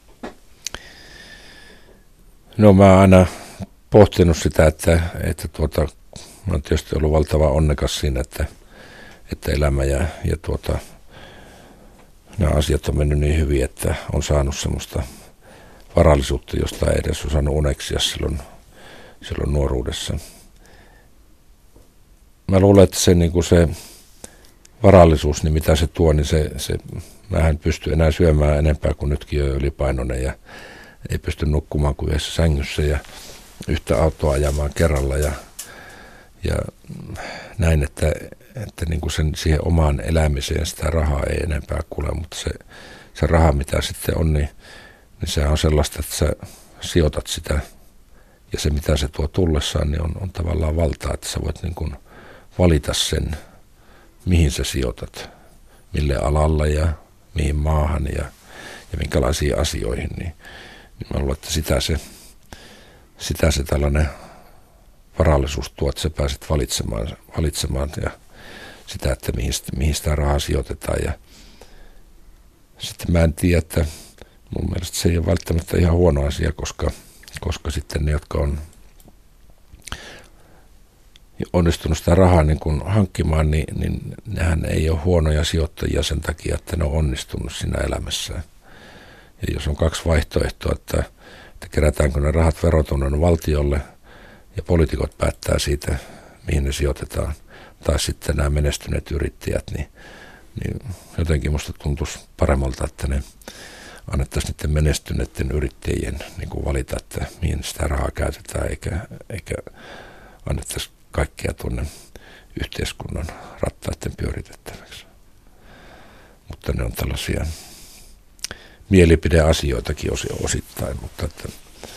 No mä oon aina pohtinut sitä, että, että tuota, mä oon tietysti ollut valtavan onnekas siinä, että, että elämä ja, ja tuota, nämä asiat on mennyt niin hyvin, että on saanut semmoista varallisuutta, josta ei edes osannut uneksia silloin, silloin nuoruudessa. Mä luulen, että se, niin kuin se varallisuus, niin mitä se tuo, niin se, se, mä en pysty enää syömään enempää kuin nytkin jo ylipainoinen ja ei pysty nukkumaan kuin yhdessä sängyssä ja yhtä autoa ajamaan kerralla ja, ja näin, että, että niin kuin sen, siihen omaan elämiseen sitä rahaa ei enempää kuule, mutta se, se raha, mitä sitten on, niin niin sehän on sellaista, että sä sijoitat sitä ja se mitä se tuo tullessaan, niin on, on tavallaan valtaa, että sä voit niin kuin valita sen, mihin sä sijoitat, mille alalla ja mihin maahan ja, ja minkälaisiin asioihin, niin, niin mä luulen, että sitä se, sitä se tällainen varallisuus tuo, että sä pääset valitsemaan, valitsemaan ja sitä, että mihin, mihin sitä rahaa sijoitetaan ja sitten mä en tiedä, että mun mielestä se ei ole välttämättä ihan huono asia, koska, koska sitten ne, jotka on onnistunut sitä rahaa niin kuin hankkimaan, niin, niin nehän ei ole huonoja sijoittajia sen takia, että ne on onnistunut siinä elämässään. Ja jos on kaksi vaihtoehtoa, että, että kerätäänkö ne rahat verotunnon valtiolle ja poliitikot päättää siitä, mihin ne sijoitetaan, tai sitten nämä menestyneet yrittäjät, niin, niin jotenkin musta tuntuisi paremmalta, että ne annettaisiin niiden menestyneiden yrittäjien niin kuin valita, että mihin sitä rahaa käytetään, eikä, eikä annettaisi kaikkea tuonne yhteiskunnan rattaiden pyöritettäväksi. Mutta ne on tällaisia mielipideasioitakin osittain, mutta että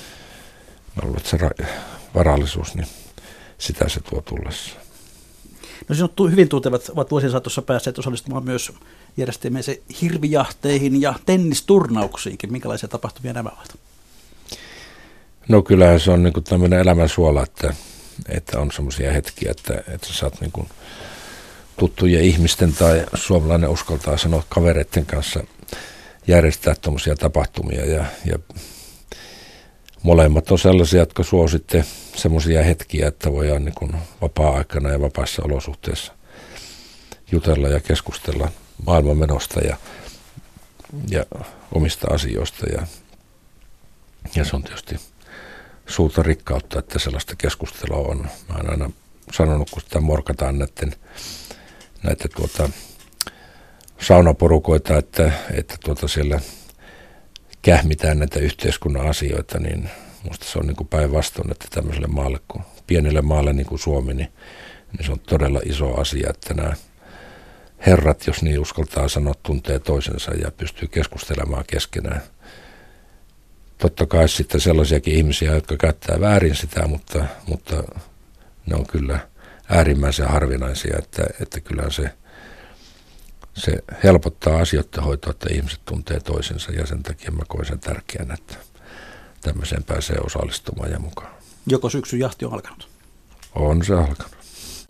mä luulen, että se ra- varallisuus, niin sitä se tuo tullessa. No sinut hyvin tuntevat ovat vuosien saatossa päässeet osallistumaan myös järjestämiseen hirvijahteihin ja tennisturnauksiinkin. Minkälaisia tapahtumia nämä ovat? No kyllähän se on niin kuin tämmöinen elämän suola, että, että on semmoisia hetkiä, että, että sä saat niin kuin tuttujen ihmisten tai suomalainen uskaltaa sanoa kavereiden kanssa järjestää tuommoisia tapahtumia ja, ja molemmat on sellaisia, jotka suo sitten semmoisia hetkiä, että voidaan niin kuin vapaa-aikana ja vapaissa olosuhteissa jutella ja keskustella maailmanmenosta ja, ja omista asioista ja, ja se on tietysti suurta rikkautta, että sellaista keskustelua on. Mä oon aina sanonut, kun sitä morkataan näiden, näitä tuota, saunaporukoita, että, että tuota siellä kähmitään näitä yhteiskunnan asioita, niin musta se on niin kuin päinvastoin, että tämmöiselle maalle, kuin pienelle maalle niin kuin Suomi, niin, niin se on todella iso asia, että nämä herrat, jos niin uskaltaa sanoa, tuntee toisensa ja pystyy keskustelemaan keskenään. Totta kai sitten sellaisiakin ihmisiä, jotka käyttää väärin sitä, mutta, mutta ne on kyllä äärimmäisen harvinaisia, että, että kyllä se, se helpottaa asioiden hoitoa, että ihmiset tuntee toisensa ja sen takia mä koen sen tärkeänä, että tämmöiseen pääsee osallistumaan ja mukaan. Joko syksyn jahti on alkanut? On se alkanut.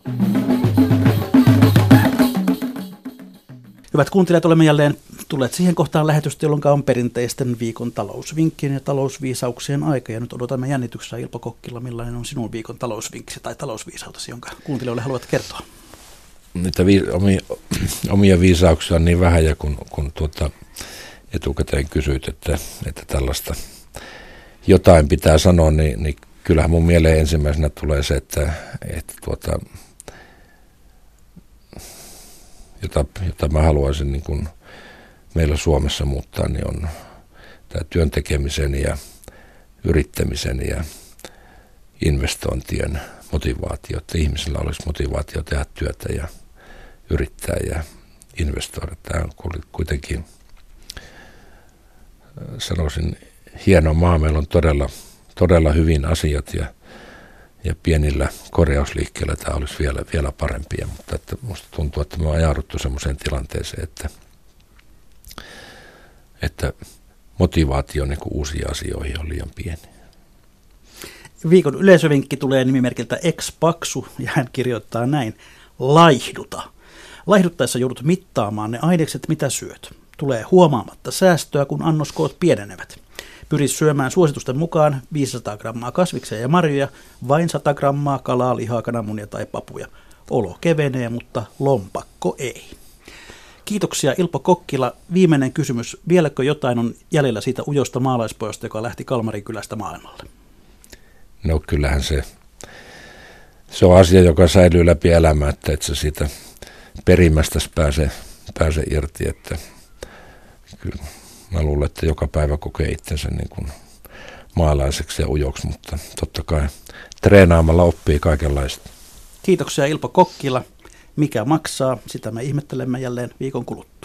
Hyvät kuuntelijat, olemme jälleen tulleet siihen kohtaan lähetystä, jolloin on perinteisten viikon talousvinkkien ja talousviisauksien aika. Ja nyt odotamme jännityksessä, Ilpo Kokkila, millainen on sinun viikon talousvinkkisi tai talousviisautasi, jonka kuuntelijoille haluat kertoa? Niitä vi- omia, omia viisauksia on niin vähän, ja kun, kun tuota etukäteen kysyit, että, että tällaista jotain pitää sanoa, niin, niin kyllähän mun mieleen ensimmäisenä tulee se, että, että tuota, jota, jota mä haluaisin niin kuin meillä Suomessa muuttaa, niin on tämä työn tekemisen ja yrittämisen ja investointien motivaatio, että ihmisillä olisi motivaatio tehdä työtä ja yrittää ja investoida. Tämä on kuitenkin, sanoisin, hieno maa. Meillä on todella, todella hyvin asiat ja, ja pienillä korjausliikkeillä tämä olisi vielä, vielä parempia, mutta että musta tuntuu, että me on ajauduttu sellaiseen tilanteeseen, että, että motivaatio niin kuin uusiin asioihin on liian pieni. Viikon yleisövinkki tulee nimimerkiltä Ex-Paksu ja hän kirjoittaa näin: laihduta. Laihduttaessa joudut mittaamaan ne ainekset, mitä syöt. Tulee huomaamatta säästöä, kun annoskoot pienenevät. Pyri syömään suositusten mukaan viisisataa grammaa kasviksia ja marjoja, vain sata grammaa kalaa, lihaa, kananmunia tai papuja. Olo kevenee, mutta lompakko ei. Kiitoksia Ilpo Kokkila. Viimeinen kysymys. Vieläkö jotain on jäljellä siitä ujosta maalaispojasta, joka lähti Kalmarin kylästä maailmalle? No kyllähän se, se on asia, joka säilyy läpi elämää, että et sä siitä perimästä pääse, pääse irti. Että kyllä mä luulen, että joka päivä kokee itsensä niin kuin maalaiseksi ja ujoksi, mutta totta kai treenaamalla oppii kaikenlaista. Kiitoksia Ilpo Kokkila. Mikä maksaa, sitä me ihmettelemme jälleen viikon kuluttua.